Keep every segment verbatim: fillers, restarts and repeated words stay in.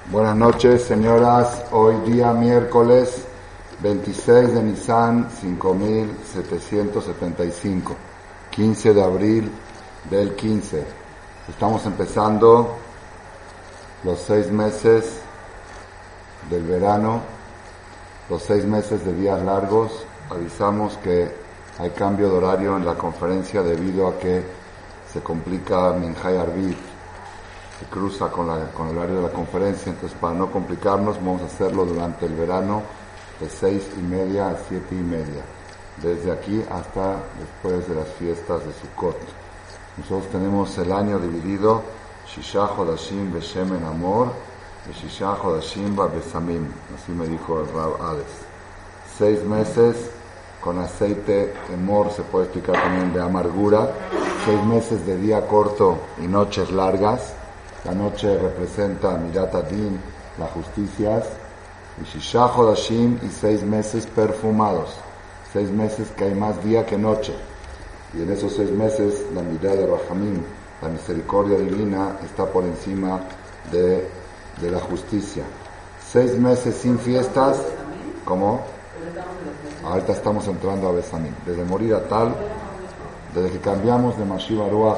Buenas noches, señoras. Hoy día miércoles veintiséis de Nisan cinco mil setecientos setenta y cinco, quince de abril del quince. Estamos empezando los seis meses del verano, los seis meses de días largos. Avisamos que hay cambio de horario en la conferencia debido a que se complica Minjay Arvit, se cruza con, la, con el horario de la conferencia. Entonces, para no complicarnos, vamos a hacerlo durante el verano de seis y media a siete y media, desde aquí hasta después de las fiestas de Sukkot. Nosotros tenemos el año dividido Shisha Chodashim Beshemen Amor y Shisha Chodashim Besamim, así me dijo el Rab Hades. Seis meses con aceite Emor, se puede explicar también de amargura, seis meses de día corto y noches largas. La noche representa Mirat Adin, la justicia, y Shisha Chodashim, y seis meses perfumados, seis meses que hay más día que noche, y en esos seis meses la mirada de Rahamim, la misericordia divina, está por encima de, de la justicia. Seis meses sin fiestas, ¿cómo? Ahorita estamos entrando a Besamim, desde morir a tal, desde que cambiamos de Mashiva Ruach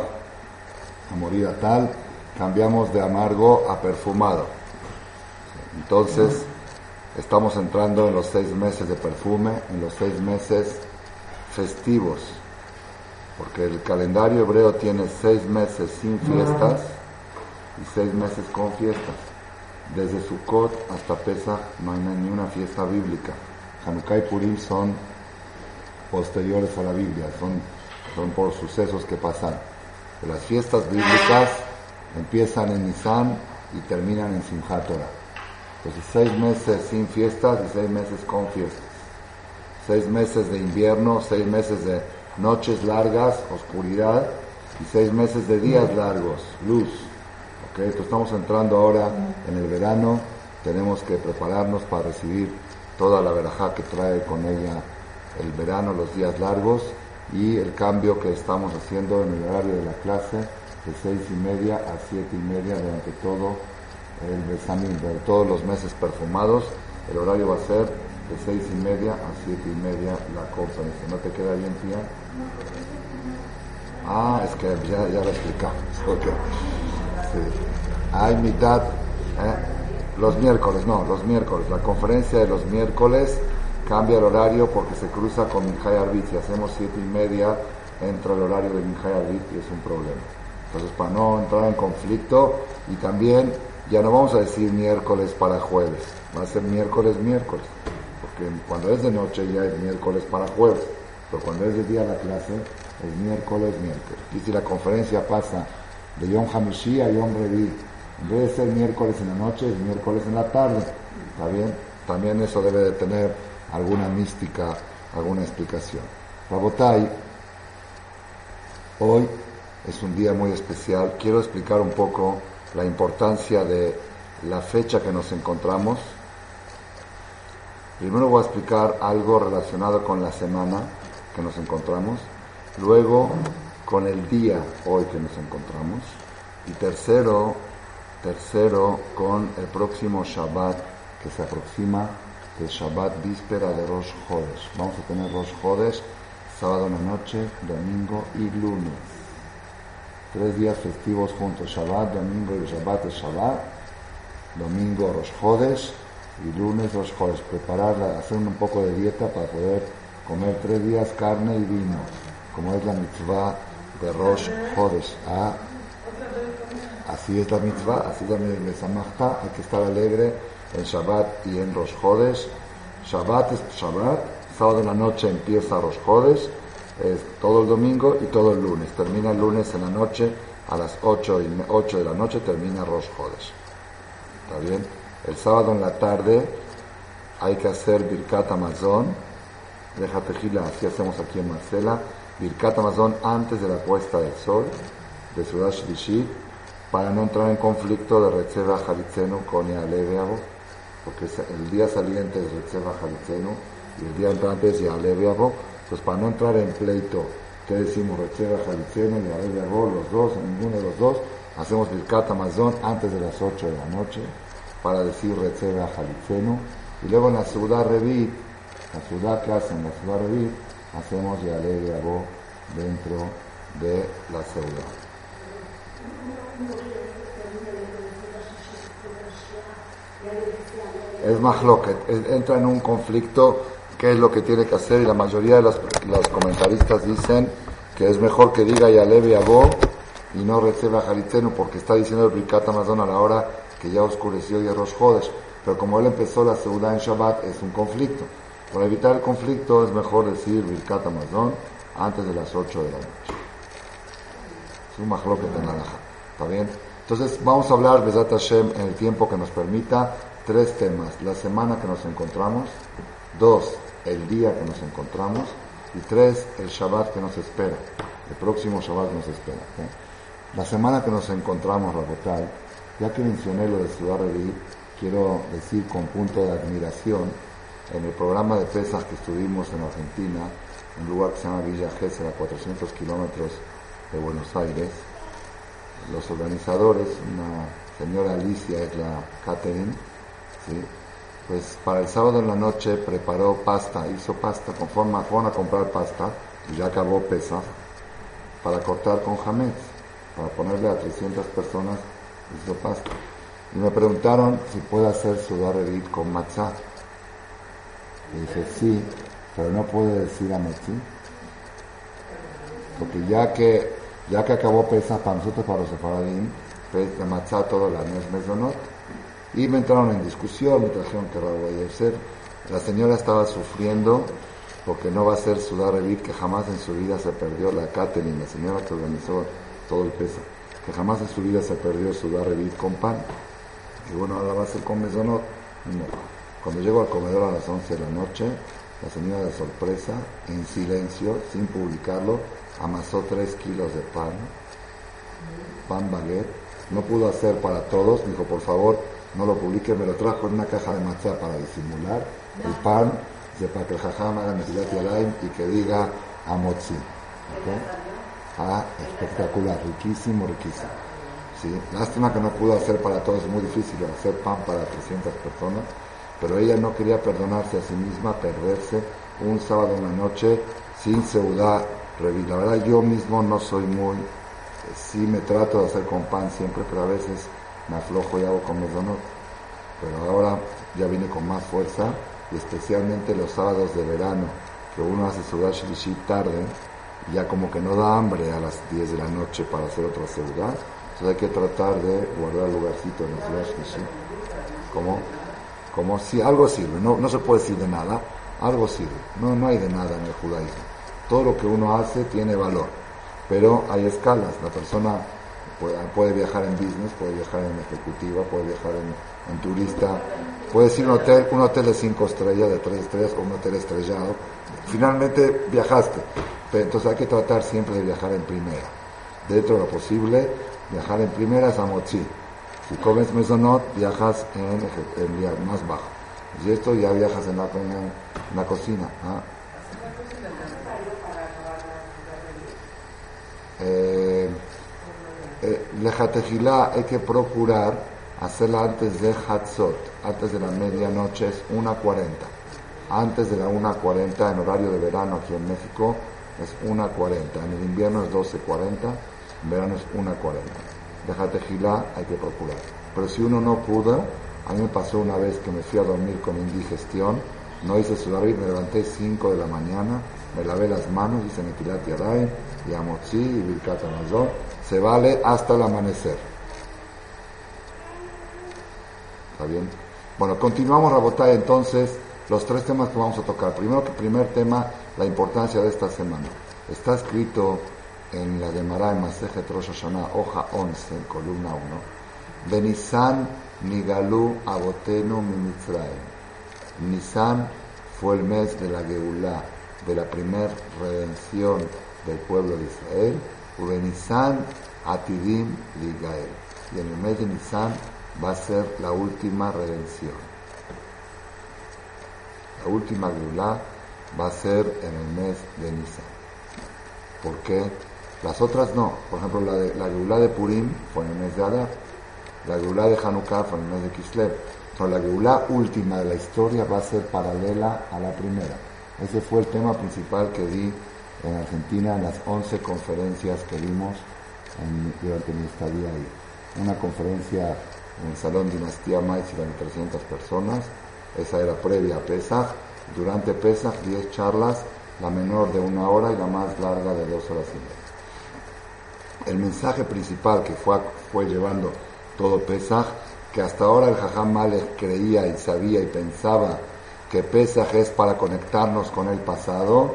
a morir a tal, cambiamos de amargo a perfumado. Entonces, estamos entrando en los seis meses de perfume, en los seis meses festivos, porque el calendario hebreo tiene seis meses sin fiestas y seis meses con fiestas. Desde Sukkot hasta Pesach no hay ni una fiesta bíblica. Hanukkah y Purim son posteriores a la Biblia, son, son por sucesos que pasan. Pero las fiestas bíblicas empiezan en Nisan y terminan en Simchat Torah. Entonces, seis meses sin fiestas y seis meses con fiestas. Seis meses de invierno, seis meses de noches largas, oscuridad, y seis meses de días largos, luz. ¿Okay? Entonces, estamos entrando ahora en el verano, tenemos que prepararnos para recibir toda la verajá que trae con ella el verano, los días largos, y el cambio que estamos haciendo en el horario de la clase, de seis y media a siete y media durante todo el Besamim, de todos los meses perfumados. El horario va a ser de seis y media a siete y media la conferencia. ¿No te queda bien, tía? Ah, es que ya, ya lo explicamos. Okay. Sí. Hay mitad, ¿eh? Los miércoles, no, los miércoles. La conferencia de los miércoles cambia el horario porque se cruza con Minjay Arvit. Si hacemos siete y media, entra el horario de Minjay Arvit y es un problema. Entonces, para no entrar en conflicto, y también ya no vamos a decir miércoles para jueves, va a ser miércoles, miércoles, porque cuando es de noche ya es miércoles para jueves, pero cuando es de día la clase es miércoles, miércoles. Y si la conferencia pasa de Yom Hamishi a Yom Revi, en vez de ser miércoles en la noche, es miércoles en la tarde, ¿está bien? También eso debe de tener alguna mística, alguna explicación. Rabotai, hoy es un día muy especial. Quiero explicar un poco la importancia de la fecha que nos encontramos. Primero voy a explicar algo relacionado con la semana que nos encontramos, luego con el día hoy que nos encontramos, y tercero, tercero con el próximo Shabbat que se aproxima, el Shabbat víspera de Rosh Chodesh. Vamos a tener Rosh Chodesh sábado en la noche, domingo y lunes. Tres días festivos juntos, Shabbat, domingo y Shabbat es Shabbat, domingo Rosh Chodesh y lunes Rosh Chodesh. Preparar, hacer un poco de dieta para poder comer tres días carne y vino, como es la mitzvah de Rosh Chodesh. Ah, así es la mitzvah, así es la mitzvah, hay que estar alegre en Shabbat y en Rosh Chodesh. Shabbat es Shabbat, sábado en la noche empieza Rosh Chodesh, es todo el domingo y todo el lunes. Termina el lunes en la noche, a las ocho, y ocho de la noche termina Rosh Chodesh. ¿Está bien? El sábado en la tarde hay que hacer Birkat Hamazon, déjate gila, así hacemos aquí en Marcela, Birkat Hamazon antes de la puesta del sol, de Seudat Shlishit, para no entrar en conflicto de Retzeva Halitzenu con Ya'aleh V'Yavo, porque el día saliente es Retzeva Halitzenu y el día entrante es Ya'aleh V'Yavo. Pues para no entrar en pleito, que decimos Retzeva Halitzenu y Ya'aleh V'Yavo, los dos, ninguno de los dos, hacemos Birkat Hamazon antes de las ocho de la noche, para decir Retzeba Jalitzenu, y luego en la ciudad Revit, la ciudad que hacen, la ciudad Revit, hacemos Yale de Abó dentro de la ciudad. Es mahloket, entra en un conflicto, qué es lo que tiene que hacer, y la mayoría de los, los comentaristas dicen que es mejor que diga Yale de Abó y no Retzeba Jalitzenu, porque está diciendo el Birkat Hamazon a la hora que ya oscureció y es Rosh Chodesh, pero como él empezó la Seudá en Shabbat, es un conflicto. Para evitar el conflicto es mejor decir Birkat Hamazon antes de las ocho de la noche. Es un mahloket en la Halajá, ¿está bien? Entonces vamos a hablar, Bezat Hashem, en el tiempo que nos permita, tres temas: la semana que nos encontramos, dos, el día que nos encontramos, y tres, el Shabbat que nos espera, el próximo Shabbat que nos espera. ¿Okay? La semana que nos encontramos, Rabotai, ya que mencioné lo de Ciudad Revit, quiero decir con punto de admiración, en el programa de pesas que estuvimos en Argentina, en un lugar que se llama Villa Gesell, a cuatrocientos kilómetros de Buenos Aires, los organizadores, una señora Alicia es la catering, ¿sí? Pues para el sábado en la noche preparó pasta, hizo pasta, conforme fueron a comprar pasta, y ya acabó Pesaj, para cortar con hametz, para ponerle a trescientas personas, hizo pasta. Y me preguntaron si puede hacer Sudar Revit con matzah. Y dije, sí, pero no puede decir ametzi, porque ya que, ya que acabó Pesaj para nosotros, para los sefaradim, pues de matzah todo el año es mezonot. Y me entraron en discusión, me trajeron que Raúl vaya a ser. La señora estaba sufriendo porque no va a ser Sudar Revit, que jamás en su vida se perdió la catering, la señora que organizó todo el Pesaj, que jamás en su vida se perdió Sudar Revit con pan. Y bueno, ahora va a ser con mezonot. No. Cuando llego al comedor a las once de la noche, la señora de sorpresa, en silencio, sin publicarlo, amasó tres kilos de pan, pan baguette. No pudo hacer para todos, dijo, por favor, no lo publique, me lo trajo en una caja de matzah para disimular el pan, de para que el jajam haga Netilat Yadayim y que diga Amotzi. ¿Okay? Ah, espectacular, riquísimo, riquísimo. ¿Sí? Lástima que no pudo hacer para todos, es muy difícil hacer pan para trescientas personas, pero ella no quería perdonarse a sí misma, perderse un sábado en la noche sin Seudá Revit. La verdad, yo mismo no soy muy, sí me trato de hacer con pan siempre, pero a veces me aflojo y hago con mezonot. Pero ahora ya vine con más fuerza, y especialmente los sábados de verano, que uno hace Seudá Shlishi tarde, y ya como que no da hambre a las diez de la noche para hacer otra Seudá. Entonces hay que tratar de guardar lugarcito en la Seudá Shlishi. Como, como si algo sirve, no, no se puede decir de nada, algo sirve. No, no hay de nada en el judaísmo. Todo lo que uno hace tiene valor, pero hay escalas. La persona puede, puede viajar en business, puede viajar en ejecutiva, puede viajar en, en turista, puede ir a un hotel, un hotel de cinco estrellas, de tres estrellas, o un hotel estrellado. Finalmente viajaste, pero entonces hay que tratar siempre de viajar en primera. Dentro de lo posible, viajar en primera es amotzi. Si comes mezonot, viajas en, en, en más bajo. Y esto ya viajas en la, en la cocina. ¿Ah? Eh, eh, Lejatejilá hay que procurar hacerla antes de Hatzot, antes de la medianoche, es una cuarenta. Antes de la una cuarenta, en horario de verano aquí en México, es una cuarenta. En el invierno es doce cuarenta, en verano es una cuarenta. Lejatejilá hay que procurar. Pero si uno no pudo, a mí me pasó una vez que me fui a dormir con indigestión, no hice Sudar Revit, me levanté cinco de la mañana, me lavé las manos, hice Netilat Yadayim, y Amotzi y Birkat Hamazon, se vale hasta el amanecer. ¿Está bien? Bueno, continuamos, Rabotai, entonces, los tres temas que vamos a tocar. Primero, que primer tema, la importancia de esta semana. Está escrito en la Gemara en Masejet Rosh Hashanah, hoja once, columna uno, Benisan Nigalú Abotenu Mimitzrayim. Nisan fue el mes de la Geulá, de la primer redención del pueblo de Israel, Ubenisan Atidim Ligael. Y en el mes de Nisan va a ser la última redención. La última Geulá va a ser en el mes de Nisan. ¿Por qué? Las otras no. Por ejemplo, la, de, la Geulá de Purim fue en el mes de Adar. La Geulá de Hanukkah fue en el mes de Kislev. Pero la Geulá última de la historia va a ser paralela a la primera. Ese fue el tema principal que di en Argentina en las once conferencias que dimos en, durante mi estadía ahí. Una conferencia en el Salón Dinastía Maitz de trescientas personas, esa era previa a Pesach. Durante Pesach, diez charlas, la menor de una hora y la más larga de dos horas y media. El mensaje principal que fue, fue llevando todo Pesach, que hasta ahora el Jajam Malek creía y sabía y pensaba que Pesach es para conectarnos con el pasado,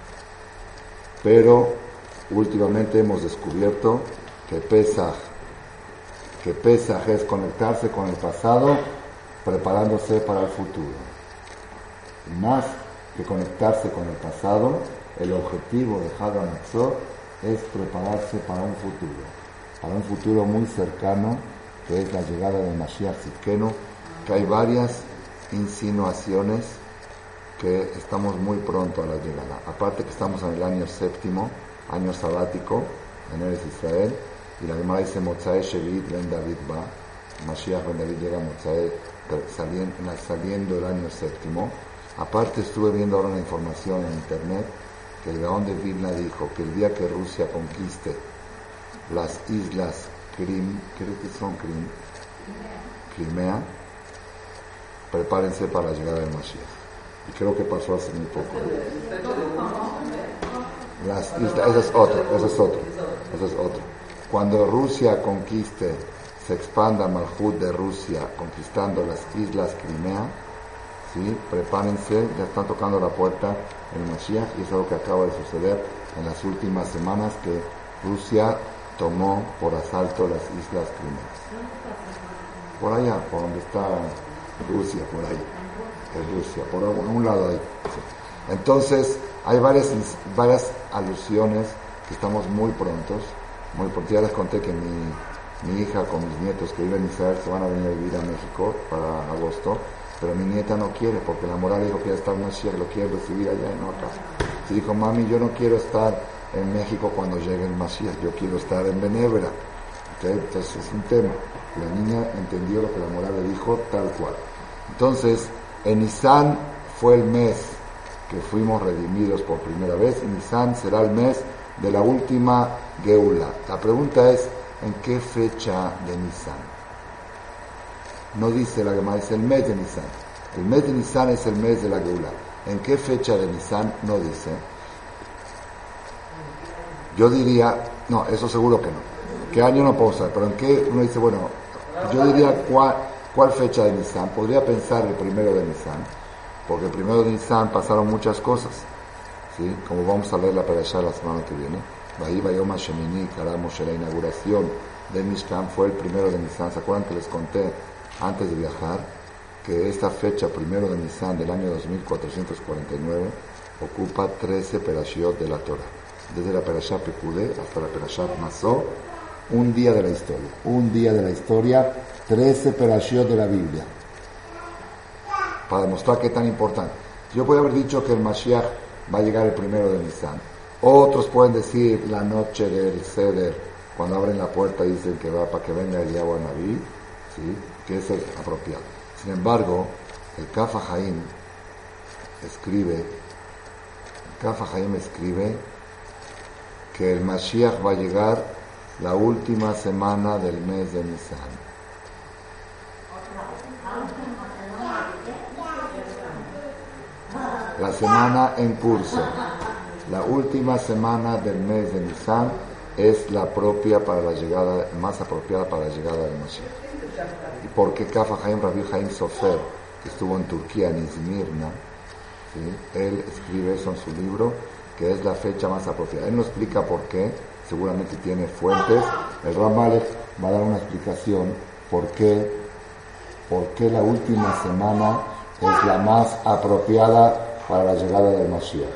pero últimamente hemos descubierto que Pesach, que Pesach es conectarse con el pasado, preparándose para el futuro. Y más que conectarse con el pasado, el objetivo de Hag HaMatzot es prepararse para un futuro, para un futuro muy cercano, que es la llegada de Mashiach Tzidkenu, que hay varias insinuaciones que estamos muy pronto a la llegada. Aparte que estamos en el año séptimo, año sabático, en Eretz Israel, y la Gemara dice Motzae Shevit Ben David va, Mashiach Ben David llega a Motzae, saliendo, saliendo el año séptimo. Aparte estuve viendo ahora una información en internet que el Gaón de Vilna dijo que el día que Rusia conquiste las islas Krim, creo que son Krim, Crimea, prepárense para la llegada del Mashiach. Y creo que pasó hace muy poco. Las islas, ese es otro, ese es otro, ese es otro. Cuando Rusia conquiste, se expanda Malhut de Rusia, conquistando las islas Crimea, ¿sí? Prepárense, ya están tocando la puerta el Mashiach, y es algo que acaba de suceder en las últimas semanas, que Rusia tomó por asalto las islas Crimeas. Por allá, por donde está Rusia, por ahí. Es Rusia, por un lado ahí. Sí. Entonces, hay varias, varias alusiones que estamos muy prontos, muy pronto. Ya les conté que mi, mi hija con mis nietos que viven en Israel se van a venir a vivir a México para agosto, pero mi nieta no quiere, porque la moral dijo que ya está en Mashiach, lo quiere recibir allá y no acá. Y dijo, mami, yo no quiero estar en México cuando llegue el Mashiach, yo quiero estar en Benevera. ¿Okay? Entonces es un tema. La niña entendió lo que la moral le dijo tal cual. Entonces, en Nisan fue el mes que fuimos redimidos por primera vez, y Nisan será el mes de la última Geula. La pregunta es, ¿en qué fecha de Nisan? No dice la Gemara, es el mes de Nisan. El mes de Nisan es el mes de la Geula. ¿En qué fecha de Nisan? No dice. Yo diría, no, eso seguro que no. ¿Qué año no puedo saber? Pero en qué uno dice, bueno, yo diría cuál, cuál fecha de Nisan. Podría pensar el primero de Nisan, porque el primero de Nisan pasaron muchas cosas, ¿sí? Como vamos a leer la Perashá la semana que viene. Bahí Bayom Hashemini, Karamos, la inauguración del Mishkan fue el primero de Nisan. ¿Se acuerdan que les conté antes de viajar que esta fecha, primero de Nisan del año dos mil cuatrocientos cuarenta y nueve, ocupa trece Perashiot de la Torah? Desde la Perashá Pekudé hasta la Perashá Masó, un día de la historia, un día de la historia, trece Perashiot de la Biblia, para demostrar qué tan importante. Yo puedo haber dicho que el Mashiach va a llegar el primero de Nisan. Otros pueden decir la noche del Seder, cuando abren la puerta y dicen que va para que venga el Yahweh Naví, ¿sí? Que es el apropiado. Sin embargo, el Kaf HaHaim escribe, el Kaf HaHaim escribe que el Mashiach va a llegar la última semana del mes de Nisan. La semana en curso, la última semana del mes de Nisan es la propia para la llegada, más apropiada para la llegada del Mashiach. ¿Y por qué Kaf HaHaim, Rabbi Haim Sofer, que estuvo en Turquía, en Izmirna, ¿sí? Él escribe eso en su libro, que es la fecha más apropiada? Él no explica por qué, seguramente tiene fuentes. El Rav Malek va a dar una explicación por qué, por qué la última semana es la más apropiada para la llegada del Mashiach.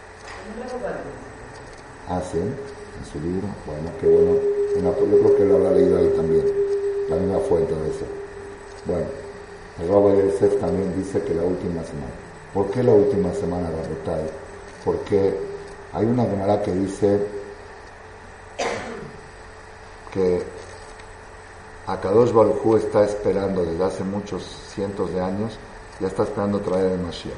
Ah, sí, en su libro. Bueno, qué bueno. Yo creo que lo habrá leído ahí también, la misma fuente de eso. Bueno, el Rav Yosef también dice que la última semana. ¿Por qué la última semana, Rabotai? Porque hay una Gemara que dice que Akadosh Baruj Hu está esperando desde hace muchos cientos de años, ya está esperando traer el Mashiach.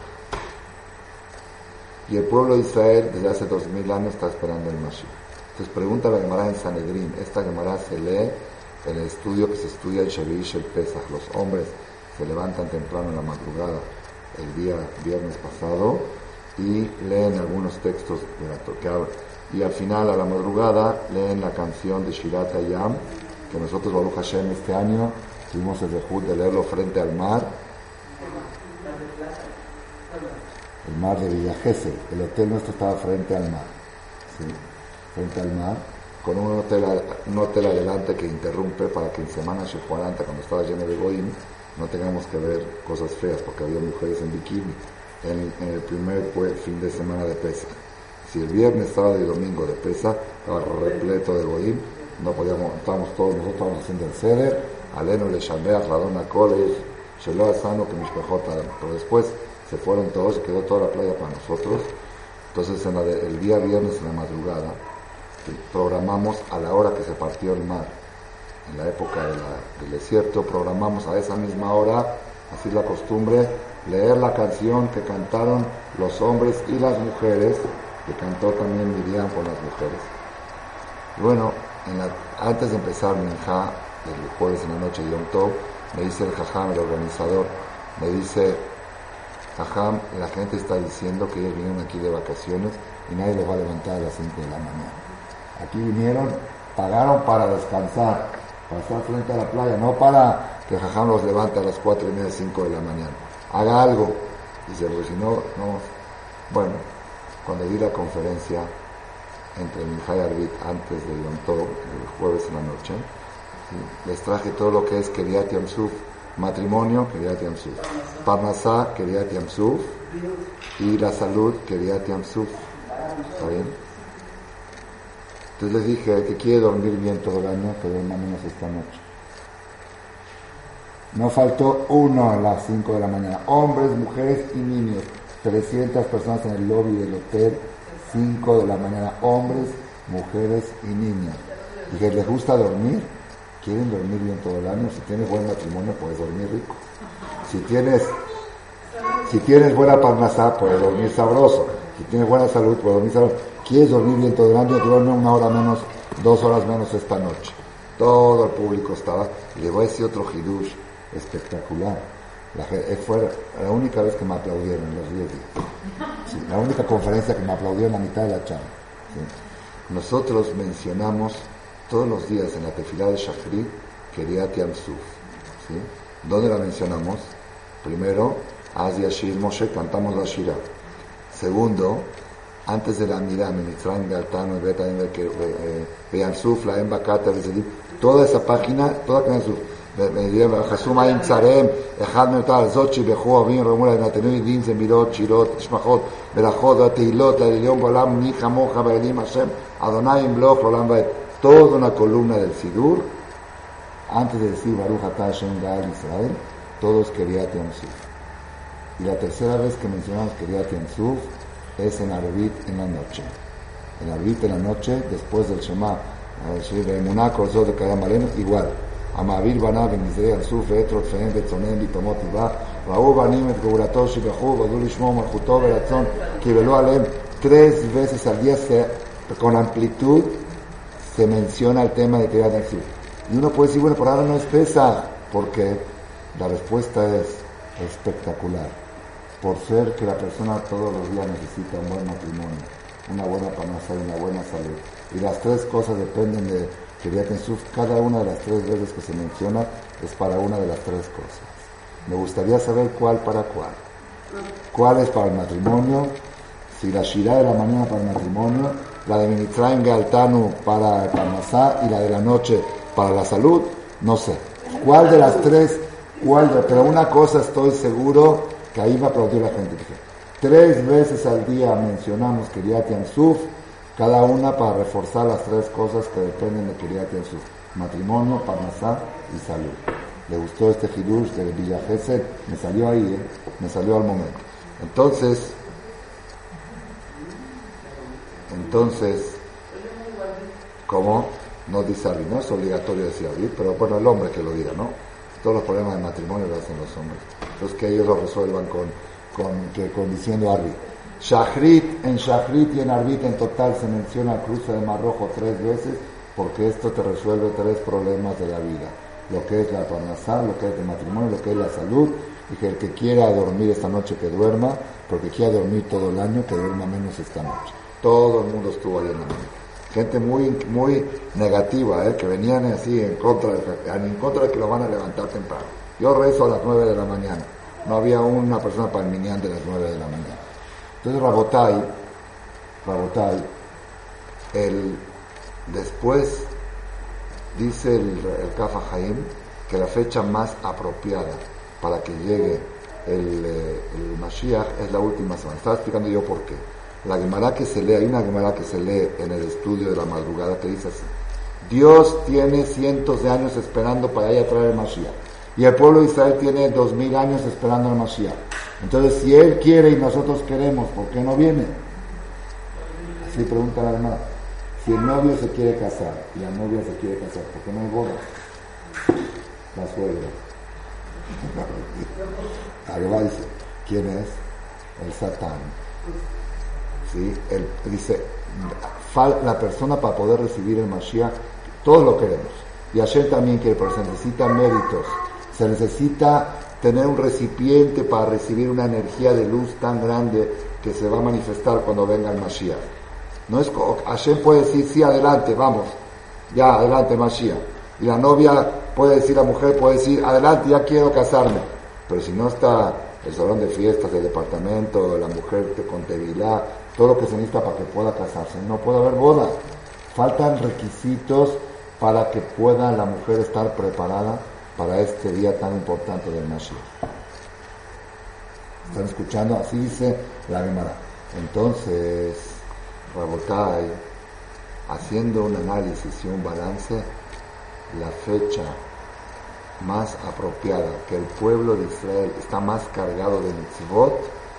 Y el pueblo de Israel desde hace dos mil años está esperando el Mashiach. Entonces pregunta la Gemara en Sanedrín, esta Gemara se lee en el estudio que se estudia el Shavuot el Pesach. Los hombres se levantan temprano en la madrugada el día viernes pasado y leen algunos textos de la Torah. Y al final, a la madrugada, leen la canción de Shirat Hayam, que nosotros, Baruch Hashem, este año tuvimos el rejut de leerlo frente al mar. El mar de Villa Gesell. El hotel nuestro estaba frente al mar. ¿Sí? Frente al mar, con un hotel, un hotel adelante que interrumpe para que en Semana Shehuaranta, cuando estaba lleno de goyim, no tengamos que ver cosas feas, porque había mujeres en bikini en, en el primer pues, fin de semana de Pesach. Si el viernes, sábado y domingo de Pesach estaba repleto de goyim, no podíamos, estábamos todos, nosotros estábamos haciendo el ceder, Aleno le Shambeach, Radona Kolesh, Shelo Asano, que Mishpejot Adam. Pero después se fueron todos, quedó toda la playa para nosotros. Entonces en la de, el día viernes en la madrugada programamos a la hora que se partió el mar, en la época de la, del desierto, programamos a esa misma hora, así es la costumbre, leer la canción que cantaron los hombres y las mujeres, que cantó también Miriam con las mujeres. Y bueno, en la, antes de empezar Minjá, el jueves en la noche de Yom Tov, me dice el Jajam, el organizador, me dice, Jajam, la gente está diciendo que ellos vinieron aquí de vacaciones y nadie los va a levantar a las cinco de la mañana. Aquí vinieron, pagaron para descansar, para estar frente a la playa, no para que Jajam los levante a las cuatro y media, cinco de la mañana. Haga algo. Dice, porque si no, no. Bueno, cuando di la conferencia entre Minjá y Arbit antes de Yom Tov, el jueves en la noche, ¿sí? Les traje todo lo que es Keriat Yam Suf, matrimonio, Keriat Yam Suf, Parnasá, Keriat Yam Suf, y la salud, Keriat Yam Suf. ¿Está bien? Entonces les dije, el que quiere dormir bien todo el año, que duerma menos esta noche. No faltó uno a las cinco de la mañana. Hombres, mujeres y niños. trescientas personas en el lobby del hotel, cinco de la mañana. Hombres, mujeres y niños. Dije, ¿les gusta dormir? ¿Quieren dormir bien todo el año? Si tienes buen matrimonio, puedes dormir rico. Si tienes, si tienes buena parnasá, puedes dormir sabroso. Si tienes buena salud, puedes dormir sabroso. ¿Quieres dormir bien todo el año? Duerme una hora menos, dos horas menos esta noche. Todo el público estaba. Y le voy a decir otro hidush espectacular. La, fue la única vez que me aplaudieron en los diez días. Sí, la única conferencia que me aplaudió en la mitad de la charla. Sí. Nosotros mencionamos todos los días en la tefilá de Shachrit, Keriat Yam Suf. ¿Sí? ¿Dónde la mencionamos? Primero, Az Yashir Moshe, cantamos la Shira. Segundo, antes de la Mirá, Mimitzrayim, Galtano, Betaim, Yam Suf, la Embakata, toda esa página, toda Keriat Suf. וחסו מים צריהם, אחד מאותה על זאת שבחו אבים רמו להם נתנו ידין זמירות, שירות, תשמחות, ברכות והתהילות לעליון בעולם מי כמוך באלים השם, אדוני ימלוך לעולם ועד. Toda una columna del Sidur, antes de decir Baruch Atah Hashem Gaal Israel, todos Keriat Yam Suf. Y la tercera vez que mencionamos Keriat Yam Suf es en Arbit en la noche. En Arbit en la noche, después del Shema, de Emuná, Korzot de Kayam Alenu, igual. המעביר בניו ונזרי ירסוף ואת רודפיהם וצונם ביתומות טבעה ראו בנים את גאולתו שבחו ועדו לשמור מלכותו ורצון קיבלו עליהם. Tres veces al día se, con amplitud se menciona el tema de Keriat Yam Suf. Y uno puede decir, bueno, por ahora no es Pesach, porque la respuesta es espectacular. Por ser que la persona todos los días necesita un buen matrimonio, una buena parnasá y una buena salud. Y las tres cosas dependen de Keriat Yam Suf. Cada una de las tres veces que se menciona es para una de las tres cosas. Me gustaría saber cuál para cuál. ¿Cuál es para el matrimonio? Si la Shirah de la mañana para el matrimonio, la de Mimitzrayim Galtanu para el Parnasá y la de la noche para la salud, no sé. ¿Cuál de las tres? ¿Cuál de, pero una cosa estoy seguro que ahí me aplaudió la gente. Dije, tres veces al día mencionamos Keriat Yam Suf, cada una para reforzar las tres cosas que dependen de Keriat Yam Suf: matrimonio, parnasá y salud. ¿Le gustó este hidush de Villa Gesell? Me salió ahí, ¿eh? Me salió al momento. Entonces, entonces, ¿cómo? No dice Arbi, no es obligatorio decir Arbi, pero bueno, el hombre que lo diga, ¿no? Todos los problemas de matrimonio lo hacen los hombres. Entonces que ellos lo resuelvan con, con, que, con diciendo Arbi. Shachrit, en Shachrit y en Arbit en total se menciona el cruce del Mar Rojo tres veces, porque esto te resuelve tres problemas de la vida. Lo que es la parnasá, lo que es el matrimonio, lo que es la salud, y que el que quiera dormir esta noche que duerma, porque quiera dormir todo el año, que duerma menos esta noche. Todo el mundo estuvo ahí en la noche. Gente muy muy negativa, ¿eh? Que venían así en contra, de, en contra de que lo van a levantar temprano. Yo rezo a las nueve de la mañana. No había una persona para el minyan de las nueve de la mañana. Entonces Rabotai, Rabotai, el, después dice el, el Kaf HaChaim que la fecha más apropiada para que llegue el, el Mashiach es la última semana. Estaba explicando yo por qué. La Gemara que se lee, hay una Gemara que se lee en el estudio de la madrugada que dice así: Dios tiene cientos de años esperando para ir a traer el Mashiach, y el pueblo de Israel tiene dos mil años esperando el Mashiach. Entonces, si Él quiere y nosotros queremos, ¿por qué no viene? Así pregunta la Gemara. Si el novio se quiere casar y la novia se quiere casar, ¿por qué no hay boda? La suegra. La Gemara dice, ¿quién es? El Satán. ¿Sí? Él dice, la persona para poder recibir el Mashiach, todos lo queremos, y Hashem también quiere, pero se necesita méritos, se necesita tener un recipiente para recibir una energía de luz tan grande que se va a manifestar cuando venga el Mashiach. No es, Hashem puede decir, sí, adelante, vamos, ya, adelante Mashiach, y la novia puede decir, la mujer puede decir, adelante, ya quiero casarme, pero si no está el salón de fiestas, el departamento, la mujer con tevilá, todo lo que se necesita para que pueda casarse, no puede haber boda. Faltan requisitos para que pueda la mujer estar preparada para este día tan importante del Mashiach. ¿Están escuchando? Así dice la Gemara. Entonces, Rabotai, haciendo un análisis y un balance, la fecha más apropiada, que el pueblo de Israel está más cargado de mitzvot,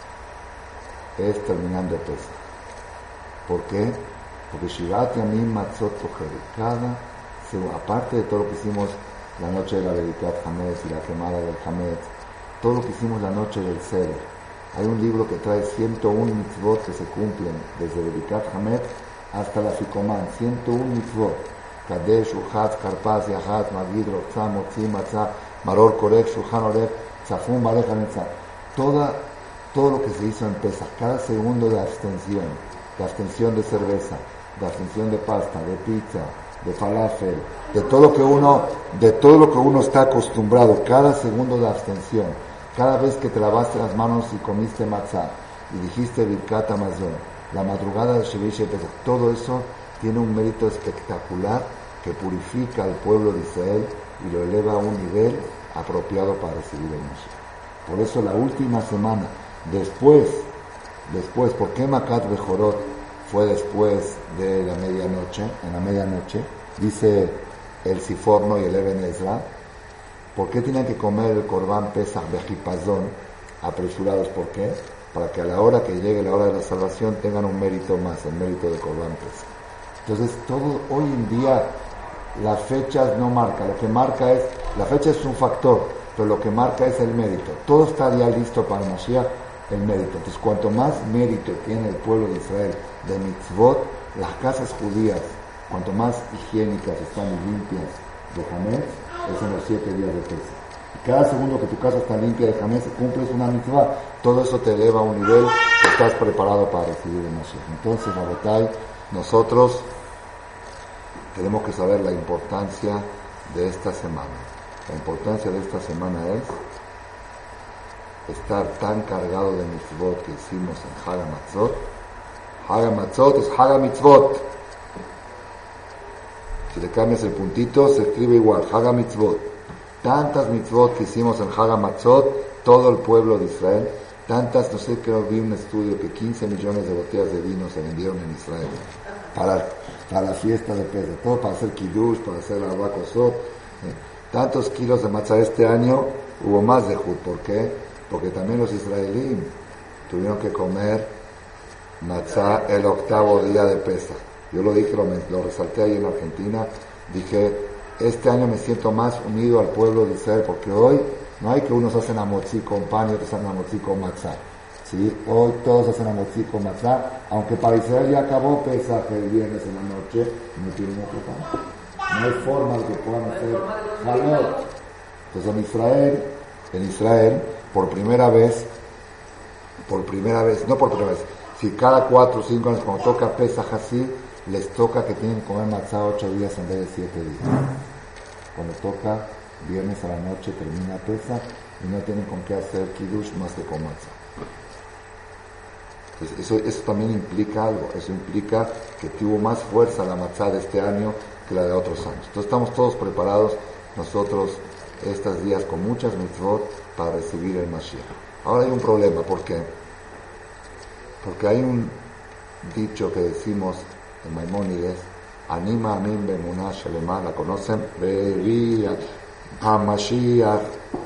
es terminando Pesach. ¿Por qué? Porque Shivat Yamim Matzot Tocheru, cada, aparte de todo lo que hicimos la noche de la Bedikat Hametz y la quemada del Hametz, todo lo que hicimos la noche del Seder, hay un libro que trae ciento uno mitzvot que se cumplen desde Bedikat Hametz hasta la Fikomán, ciento uno mitzvot, Kadesh, Uhatz, Karpaz, Yahat, Magid, Rotzah, Motzi, Matzah, Maror, Korek, Shulchan Orech, Tzafun, Barech, Hanetzah, toda todo lo que se hizo en Pesach, cada segundo de abstención, de abstención de cerveza, de abstención de pasta, de pizza, de falafel, de todo lo que uno, de todo lo que uno está acostumbrado, cada segundo de abstención, cada vez que te lavaste las manos y comiste matzah, y dijiste Birkat Hamazon, la madrugada de Shvi'i Pesach, todo eso tiene un mérito espectacular que purifica al pueblo de Israel y lo eleva a un nivel apropiado para recibir el Mashiach. Por eso la última semana, Después, después, ¿por qué Makat Bejorot fue después de la medianoche? En la medianoche, dice el Siforno y el Eben Ezra, ¿por qué tenían que comer el Korban Pesach Bejipazón apresurados? ¿Por qué? Para que a la hora que llegue la hora de la salvación tengan un mérito más, el mérito de Korban Pesach. Entonces, todo hoy en día, las fechas no marcan, lo que marca es, la fecha es un factor, pero lo que marca es el mérito. Todo está ya listo para el Mashiach, el mérito. Entonces, cuanto más mérito tiene el pueblo de Israel de mitzvot, las casas judías, cuanto más higiénicas están y limpias de Hametz, es en los siete días de Pesach. Y cada segundo que tu casa está limpia de Hametz, cumples una mitzvah. Todo eso te eleva a un nivel que estás preparado para recibir el Mashiach. Entonces, Rabotai, nosotros tenemos que saber la importancia de esta semana. La importancia de esta semana es estar tan cargado de mitzvot que hicimos en Hag HaMatzot. Hag HaMatzot es Hag HaMitzvot. Si le cambias el puntito, se escribe igual, Hag HaMitzvot. Tantas mitzvot que hicimos en Hag HaMatzot, todo el pueblo de Israel, tantas, no sé, creo vi un estudio que quince millones de botellas de vino se vendieron en Israel para, para la fiesta de Pesach, todo para hacer kiddush, para hacer la bakosot. Tantos kilos de matzah este año, hubo más de Jud. ¿Por qué? Porque también los israelíes tuvieron que comer matzah el octavo día de Pesach. Yo lo dije, lo, lo resalté ahí en Argentina, dije, este año me siento más unido al pueblo de Israel, porque hoy no hay que unos hacen amotzi con pan y otros hacen amotzi con matzah. ¿Sí? Hoy todos hacen amotzi con matzah, aunque para Israel ya acabó Pesach el viernes en la noche, no tienen otro pan. No hay forma de que puedan hacer halot. Entonces en Israel, en Israel, por primera vez, por primera vez, no por primera vez, si cada cuatro o cinco años cuando toca Pesach así, les toca que tienen que comer matzah ocho días en vez de siete días. Cuando toca viernes a la noche termina Pesach y no tienen con qué hacer kiddush más que con matzah. Entonces eso, eso también implica algo, eso implica que tuvo más fuerza la matzah de este año que la de otros años. Entonces estamos todos preparados nosotros estos días con muchas mitzvot para recibir el Mashiach. Ahora hay un problema, ¿por qué? Porque hay un dicho que decimos en Maimónides, Anima Amin Bemunah Shalema, ¿la conocen? Be'vi HaMashiach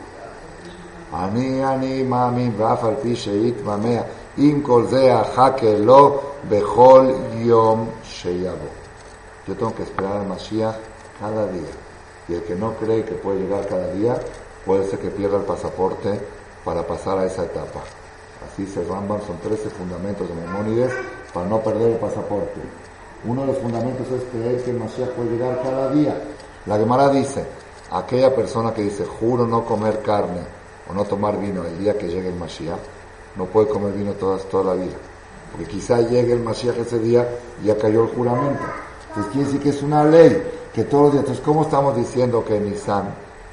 Ani Anima Amin V'af al pi she'it mamea Im kol ze achake lo bechol yom sheyavo. Yo tengo que esperar al Mashiach cada día. Y el que no cree que puede llegar cada día, puede ser que pierda el pasaporte para pasar a esa etapa. Así se Rambam, son trece fundamentos de Maimónides para no perder el pasaporte. Uno de los fundamentos es creer que el Mashiach puede llegar cada día. La Gemara dice, aquella persona que dice, juro no comer carne o no tomar vino el día que llegue el Mashiach, no puede comer vino toda, toda la vida. Porque quizá llegue el Mashiach ese día y ya cayó el juramento. Entonces quiere decir que es una ley, que todos los días. Entonces, ¿cómo estamos diciendo que en Nisan?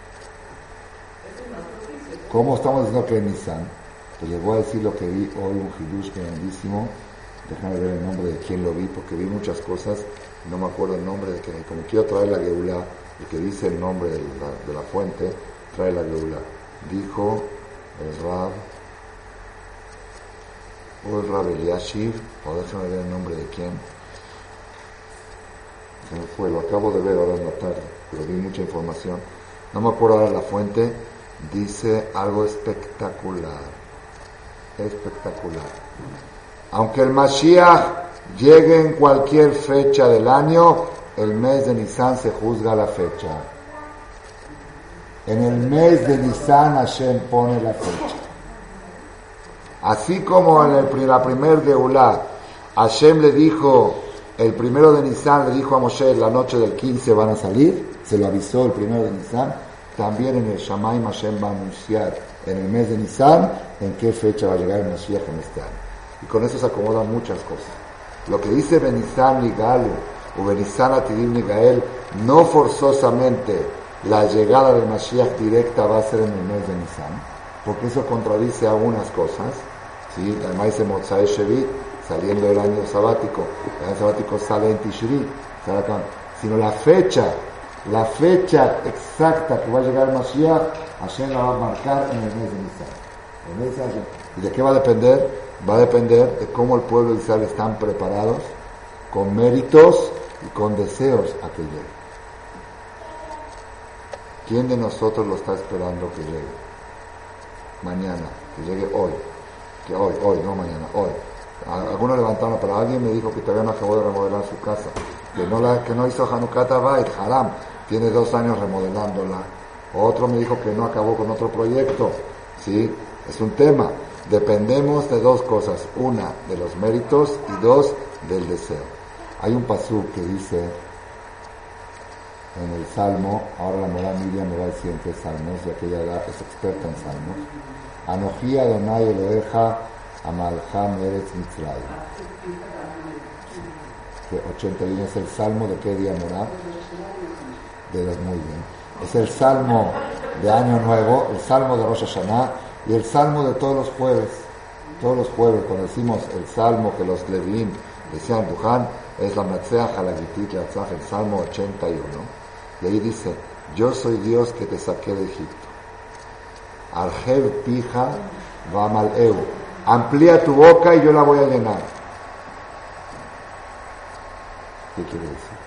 ¿Cómo estamos diciendo que en Nisan? Pues les voy a decir lo que vi hoy, un hidush grandísimo. Déjame ver el nombre de quién lo vi, porque vi muchas cosas, no me acuerdo el nombre de que, como quiero traer la Geulá, el que dice el nombre de la, de la fuente, trae la Geulá. Dijo el Rab, o el Rab Eliashib, o déjame ver el nombre de quién, se me fue, lo acabo de ver ahora en la tarde, pero vi mucha información, no me acuerdo ahora la fuente, dice algo espectacular, espectacular. Aunque el Mashiach llegue en cualquier fecha del año, el mes de Nisan se juzga la fecha. En el mes de Nisan Hashem pone la fecha. Así como en el, la primer Geulá, Hashem le dijo, el primero de Nisan le dijo a Moshe, la noche del quince van a salir, se lo avisó el primero de Nisan, también en el Shamaim Hashem va a anunciar en el mes de Nisan en qué fecha va a llegar el Mashiach en este año. Y con eso se acomodan muchas cosas. Lo que dice Benisan Ligalu o Benisan Atidim Nigael, no forzosamente la llegada del Mashiach directa va a ser en el mes de Nisan, porque eso contradice algunas cosas. ¿Sí? Además dice Motzai Shevit, saliendo del año sabático, el año sabático sale en Tishri, sino la fecha, la fecha exacta que va a llegar el Mashiach, Hashem la va a marcar en el mes de Nisan. El mes de Hashem. ¿Y de qué va a depender? Va a depender de cómo el pueblo de Israel están preparados, con méritos y con deseos a que llegue. ¿Quién de nosotros lo está esperando que llegue? Mañana, que llegue hoy. Que hoy, hoy, no mañana, hoy. Algunos levantaron, pero alguien me dijo que todavía no acabó de remodelar su casa, que no, la, que no hizo Hanukkah Bait, Haram, tiene dos años remodelándola. Otro me dijo que no acabó con otro proyecto. ¿Sí? Es un tema. Dependemos de dos cosas, una de los méritos y dos del deseo. Hay un pasuk que dice en el Salmo, ahora la Morá Miriam me va a decir en qué salmos, ya que ella es experta en salmos. Anoji Adonai Eloheja Amalcha Meretz Mitzrayim. ochenta y uno es el salmo de qué día Morá? De los muy bien. Es el salmo de Año Nuevo, el salmo de Rosh Hashanah, y el salmo de todos los jueves, todos los jueves, cuando decimos el salmo que los Leviim decían Duhan, es la Matzeach Halagitit Yatzach, el salmo ochenta y uno. Y ahí dice, yo soy Dios que te saqué de Egipto. Arjev pija vamal eu. Amplía tu boca y yo la voy a llenar. ¿Qué quiere decir?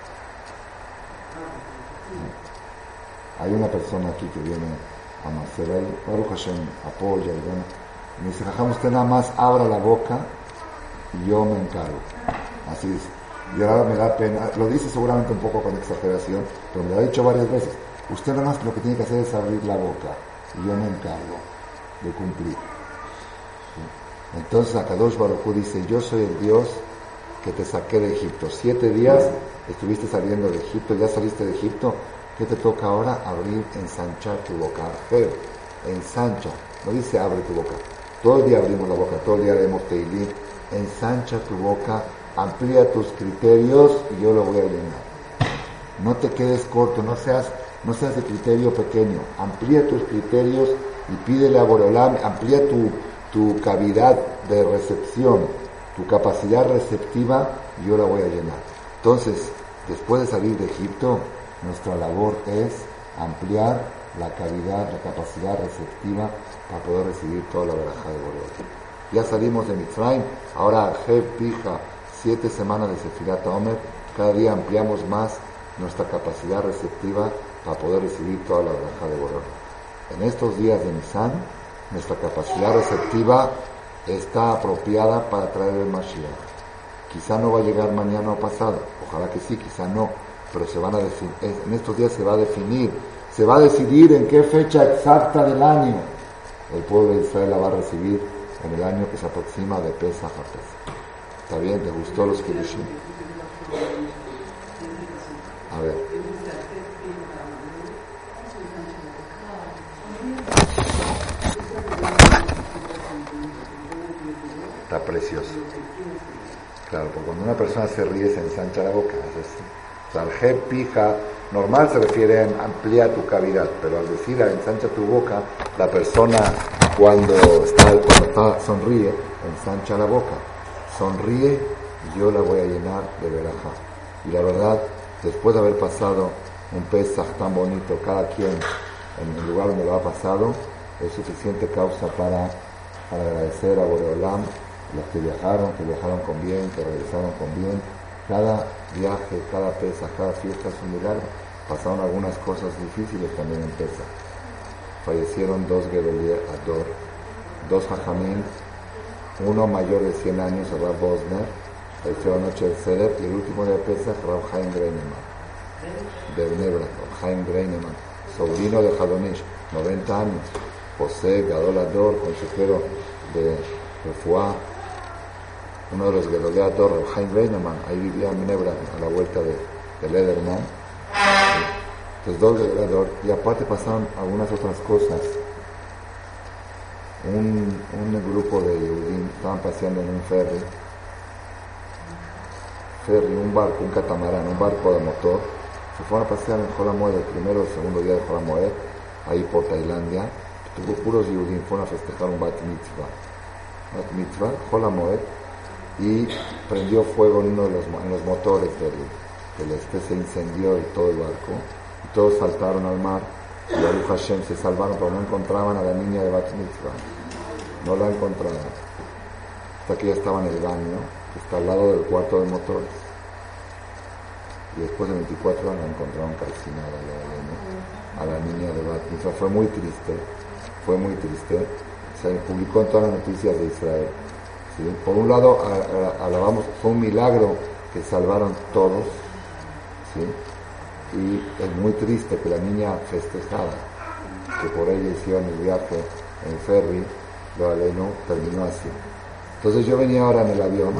Hay una persona aquí que viene a Marcela y Baruch Hashem apoya y bueno, y me dice, Jajam, usted nada más abra la boca y yo me encargo. Así dice. Y ahora me da pena, lo dice seguramente un poco con exageración, pero me lo ha dicho varias veces. Usted nada más lo que tiene que hacer es abrir la boca, y yo me encargo de cumplir. ¿Sí? Entonces Akadosh Baruj Hu dice, yo soy el Dios que te saqué de Egipto. Siete días estuviste saliendo de Egipto, ya saliste de Egipto. ¿Qué te toca ahora? Abrir, ensanchar tu boca. Pero, ensancha, no dice abre tu boca. Todo el día abrimos la boca, todo el día haremos Teilí. Ensancha tu boca, amplía tus criterios y yo lo voy a llenar. No te quedes corto, no seas, no seas de criterio pequeño. Amplía tus criterios y pídele a Boreolam, amplía tu, tu cavidad de recepción, tu capacidad receptiva y yo la voy a llenar. Entonces, después de salir de Egipto, nuestra labor es ampliar la cavidad, la capacidad receptiva para poder recibir toda la verajá de Boreolam. Ya salimos de Mitzrayim, ahora Jev, Pija, siete semanas de Sefirat Omer, cada día ampliamos más nuestra capacidad receptiva para poder recibir toda la verajá de Boreolam. En estos días de Nisan, nuestra capacidad receptiva está apropiada para traer el Mashiach. Quizá no va a llegar mañana o pasado, ojalá que sí, quizá no, pero se van a definir, en estos días se va a definir, se va a decidir en qué fecha exacta del año el pueblo de Israel la va a recibir en el año que se aproxima de Pesach a Pesach. ¿Está bien? ¿Te gustó los Kiddushim? A ver. Está precioso. Claro, porque cuando una persona se ríe se ensancha la boca. O sea, el je pija normal se refiere a ampliar tu cavidad, pero al decir a ensancha tu boca, la persona cuando está, cuando está sonríe, ensancha la boca. Sonríe y yo la voy a llenar de verajá. Y la verdad, después de haber pasado un Pesaj tan bonito, cada quien en el lugar donde lo ha pasado, es suficiente causa para, para agradecer a Boreolam, los que viajaron, que viajaron con bien, que regresaron con bien. Cada viaje, cada Pesaj, cada fiesta es un milagro. Pasaron algunas cosas difíciles también en Pesaj. Fallecieron dos Gedolí Ador, dos Jajamín, uno mayor de cien años, Rav Bosner, falleció la noche del Seder, y el último día de Pesaj, Rav Chaim Greineman, de Bnei Brak, Rav Chaim Greineman, sobrino de Hadonish, noventa años, José Gadol Ador, consejero de Refuá, uno de los Gedolí Ador, Rav Chaim Greineman, ahí vivía en Bnei Brak, a la vuelta de, de Lederman. Entonces dos Gedolí Ador, y aparte pasaron algunas otras cosas. Un, un grupo de Yehudim estaban paseando en un ferry, ferry, un barco, un catamarán, un barco de motor. Se fueron a pasear en Hol HaMoed, el primero o el segundo día de Hol HaMoed, ahí por Tailandia. Tuvo puros Yehudim, fueron a festejar un Bat Mitzvah, Bat Mitzvah, Hol HaMoed, y prendió fuego en uno de los, en los motores del, del este, se incendió todo el barco, y todos saltaron al mar. Y Baruch Hashem se salvaron, pero no encontraban a la niña de Bat Mitzvah. No la encontraban. Hasta que ya estaba en el baño, que está al lado del cuarto de motores. Y después de veinticuatro horas la encontraron calcinada a la niña de Bat Mitzvah. Fue muy triste, fue muy triste. Se publicó en todas las noticias de Israel. ¿Sí? Por un lado, alabamos, fue un milagro que salvaron todos. ¿Sí? Y es muy triste que la niña festejada, que por ella hicieron el viaje en ferry, lo aleno, terminó así. Entonces yo venía ahora en el avión,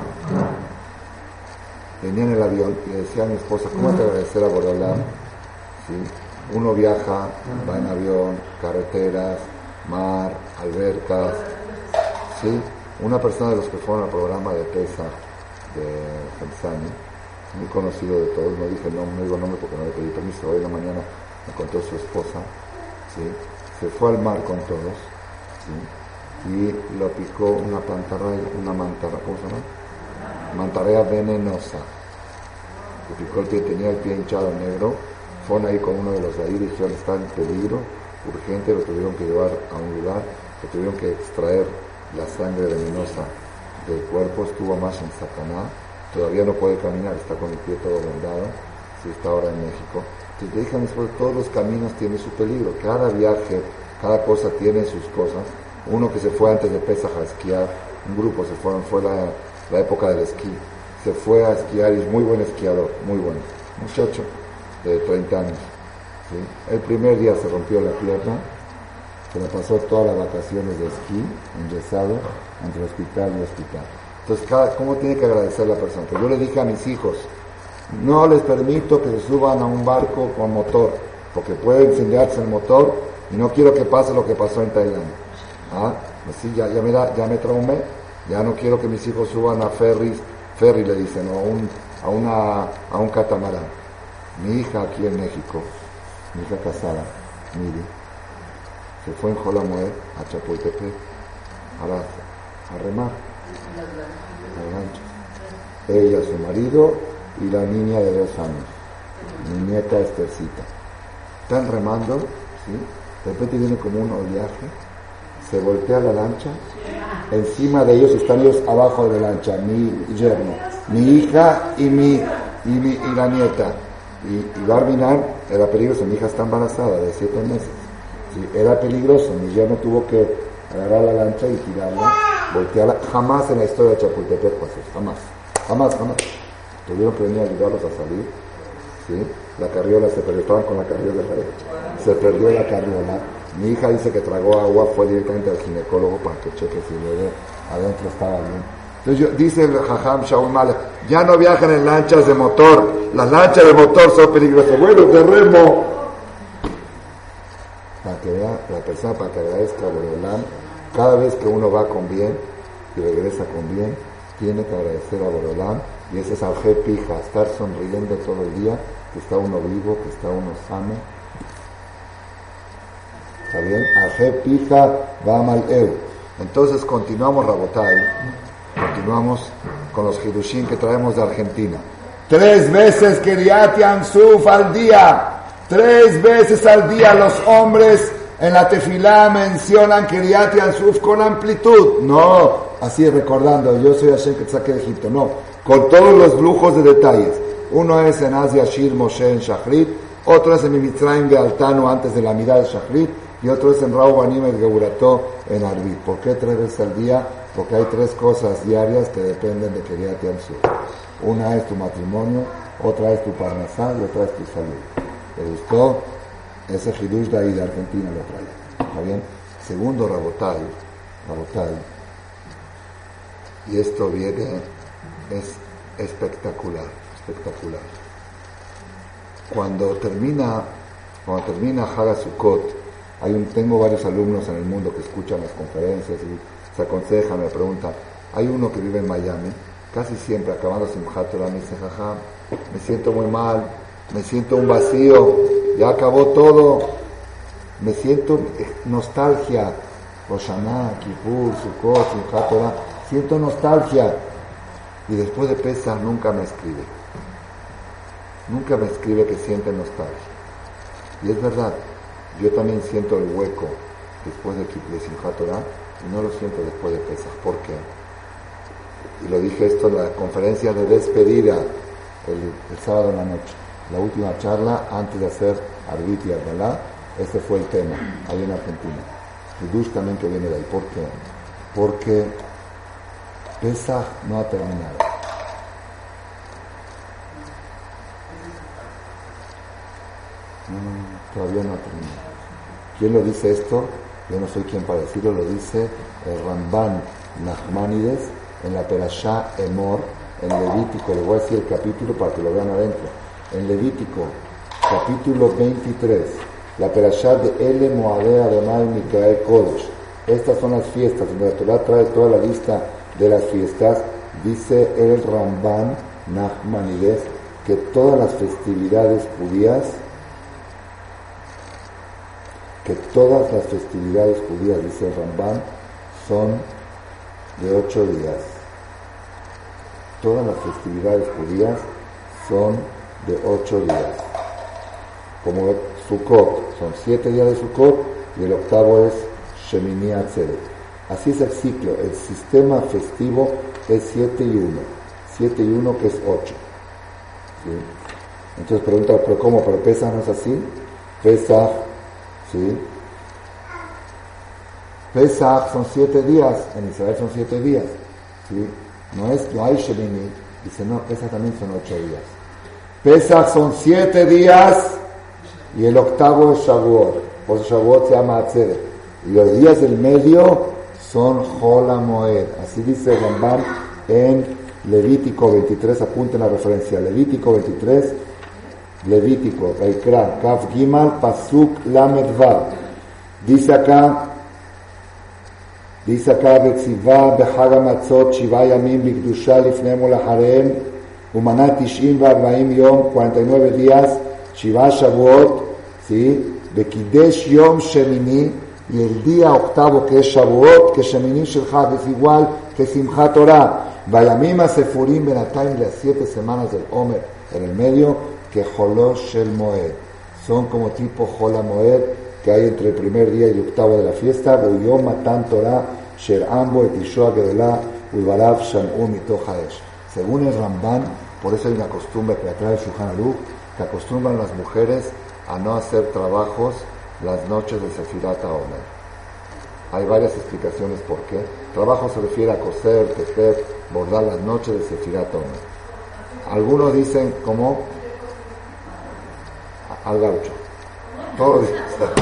venía en el avión y le decía a mi esposa, ¿cómo te agradecer a Boreolam? ¿Sí? Uno viaja, va en avión, carreteras, mar, albercas, ¿sí? Una persona de los que fueron al programa de Pesach de Genzani, muy conocido de todos, no dije nombre, no digo nombre porque no le pedí permiso, hoy en la mañana me contó su esposa, ¿sí? Se fue al mar con todos, ¿sí? Y lo picó una pantarraya, una mantarraya, ¿cómo se llama? Mantarraya venenosa. Le picó el pie, tenía el pie hinchado negro, fueron ahí con uno de los de ahí, dijeron, está en peligro, urgente, lo tuvieron que llevar a un lugar, lo tuvieron que extraer la sangre venenosa del cuerpo, estuvo más en Sacaná. Todavía no puede caminar, está con el pie todo vendado, sí, está ahora en México. Entonces le dije a mi esposa, todos los caminos tienen su peligro, cada viaje, cada cosa tiene sus cosas. Uno que se fue antes de Pesaj a esquiar, un grupo se fueron, fue la, la época del esquí, se fue a esquiar y es muy buen esquiador, muy bueno, muchacho de treinta años. ¿Sí? El primer día se rompió la pierna, se la pasó todas las vacaciones de esquí, enyesado, entre hospital y hospital. Entonces, cada, ¿cómo tiene que agradecer la persona? Que yo le dije a mis hijos, no les permito que se suban a un barco con motor, porque puede incendiarse el motor y no quiero que pase lo que pasó en Tailandia. ¿Ah? Así ya, ya, me da, ya me traumé, ya no quiero que mis hijos suban a ferries, ferry le dicen, o a un, a, una, a un catamarán. Mi hija aquí en México, mi hija casada, Miri, se fue en Jolamuel a Chapultepec a, la, a remar, a lancha. Ella, su marido y la niña de dos años, mi nieta Estercita. Están remando, ¿sí? De repente viene como un oleaje, se voltea la lancha, encima de ellos están ellos abajo de la lancha, mi yerno, mi hija y mi, y, mi, y la nieta. Y, y Barminan era peligroso, mi hija está embarazada de siete meses. ¿Sí? Era peligroso, mi yerno tuvo que agarrar la lancha y tirarla, voltearla. Jamás en la historia de Chapultepec pasó, jamás, jamás, jamás. Tuvieron que venir a ayudarlos a salir. ¿Sí? La carriola se perdió, estaban con la carriola, se perdió la carriola. Mi hija dice que tragó agua, fue directamente al ginecólogo para que cheque si el bebé adentro estaba bien. Entonces yo, dice el Jajam Shaul Malek, ya no viajan en lanchas de motor, las lanchas de motor son peligrosas, bueno, de remo. Para que vea la persona, para que agradezca a Boreolam, cada vez que uno va con bien y regresa con bien, tiene que agradecer a Boreolam, y ese es Alje Pija, estar sonriendo todo el día, que está uno vivo, que está uno sano. ¿Está bien? Alje Pija va mal eu. Entonces continuamos, Rabotai, continuamos con los Hidushim que traemos de Argentina. Tres veces Kiryat Yamsuf al día, tres veces al día los hombres en la tefilá mencionan Kiryat Yamsuf con amplitud. No, así recordando, yo soy Hashem que te saqué de Egipto, no, con todos los lujos de detalles. Uno es en Asia Shir Moshe en Shachrit, otro es en Mitzrayim de Altano antes de la mirada de Shachrit, y otro es en Raúl Banim el Geburató en Arbit. ¿Por qué tres veces al día? Porque hay tres cosas diarias que dependen de Kiryat Yamsuf. Una es tu matrimonio, otra es tu parnasá y otra es tu salud. ¿Te gustó? Ese Hidush de ahí de Argentina lo trae. ¿Está bien? Segundo, Rabotai, Rabotai, y esto viene, es espectacular, espectacular. Cuando termina, cuando termina Hag HaSukkot, hay un, tengo varios alumnos en el mundo que escuchan las conferencias y se aconsejan, me preguntan. Hay uno que vive en Miami, casi siempre acabando Simchat Torah me dice, jaja, me siento muy mal, me siento un vacío, ya acabó todo, me siento nostalgia, Rosh Hashanah, Kippur, Sukkot, Simchat Torah, siento nostalgia. Y después de Pesach nunca me escribe, nunca me escribe que siente nostalgia. Y es verdad, yo también siento el hueco después de, de Simchat Torah y no lo siento después de Pesach. ¿Por qué? Y lo dije esto en la conferencia de despedida el, el sábado en la noche, la última charla antes de hacer Arbit y Ardalá. Ese fue el tema ahí en Argentina. Y Dush también que viene de ahí. ¿Por qué? Porque Pesach no ha terminado. No, todavía no ha terminado. ¿Quién lo dice esto? Yo no soy quien para decirlo, lo dice el Ramban Nachmanides en la Perashá Emor, en Levítico. Le voy a decir el capítulo para que lo vean adentro. En Levítico, capítulo veintitrés, la Perashá de Ele Moadeh Adonai Mikael Kodesh. Estas son las fiestas, donde la Torah trae toda la lista de las fiestas. Dice el Ramban Nachmanides que todas las festividades judías que todas las festividades judías, dice el Ramban, son de ocho días. Todas las festividades judías son de ocho días. Como Sukkot, son siete días de Sukkot y el octavo es Shemini Atzeret. Así es el ciclo, el sistema festivo es siete y uno. siete y uno que es ocho. ¿Sí? Entonces pregunta, ¿pero cómo? ¿Pero Pesach no es así? Pesach, ¿sí? Pesach son siete días, en Israel son siete días, ¿sí? No es, no hay Shemini, Dice, no, Pesach también son ocho días. Pesach son siete días y el octavo es Shavuot. Por eso Shavuot se llama Atzeret. Y los días del medio son Hol HaMoed. Así dice el Rambam en Levítico veintitrés. Apunten la referencia. Levítico veintitrés. Levítico, Vaikra, Kaf Gimal, Pasuk Lamed Vav. Dice acá, dice acá, Betzivah Bechag HaMatzot, Shiva Yamim Bikdusha Lifnei Mol Achareim, Umanat Tish'im V'Arbaim Yom, cuarenta y nueve días, Shiva Shavuot, ¿sí? Bekidesh Yom Shemini, y el día octavo que es Shavuot, que Shemini Shelcha, es igual que Simchat Torah, Vayamim HaSefurim Benatayim, las siete semanas del Omer, en el medio, que Jolosh Shel Moed, son como tipo Hol HaMoed, que hay entre el primer día y el octavo de la fiesta, Uyom Matan Torah, Sher Ambo et Ishoa Gedolah, Uyvarav Sham'u Mitoch Haesh. Según el Ramban, por eso hay una costumbre que la trae el Shulchan Aruch, que acostumbran las mujeres a no hacer trabajos las noches de Sefirat HaOmer. Hay varias explicaciones por qué. Trabajo se refiere a coser, tejer, bordar las noches de Sefirat HaOmer. Algunos dicen como al gaucho. Todos los días.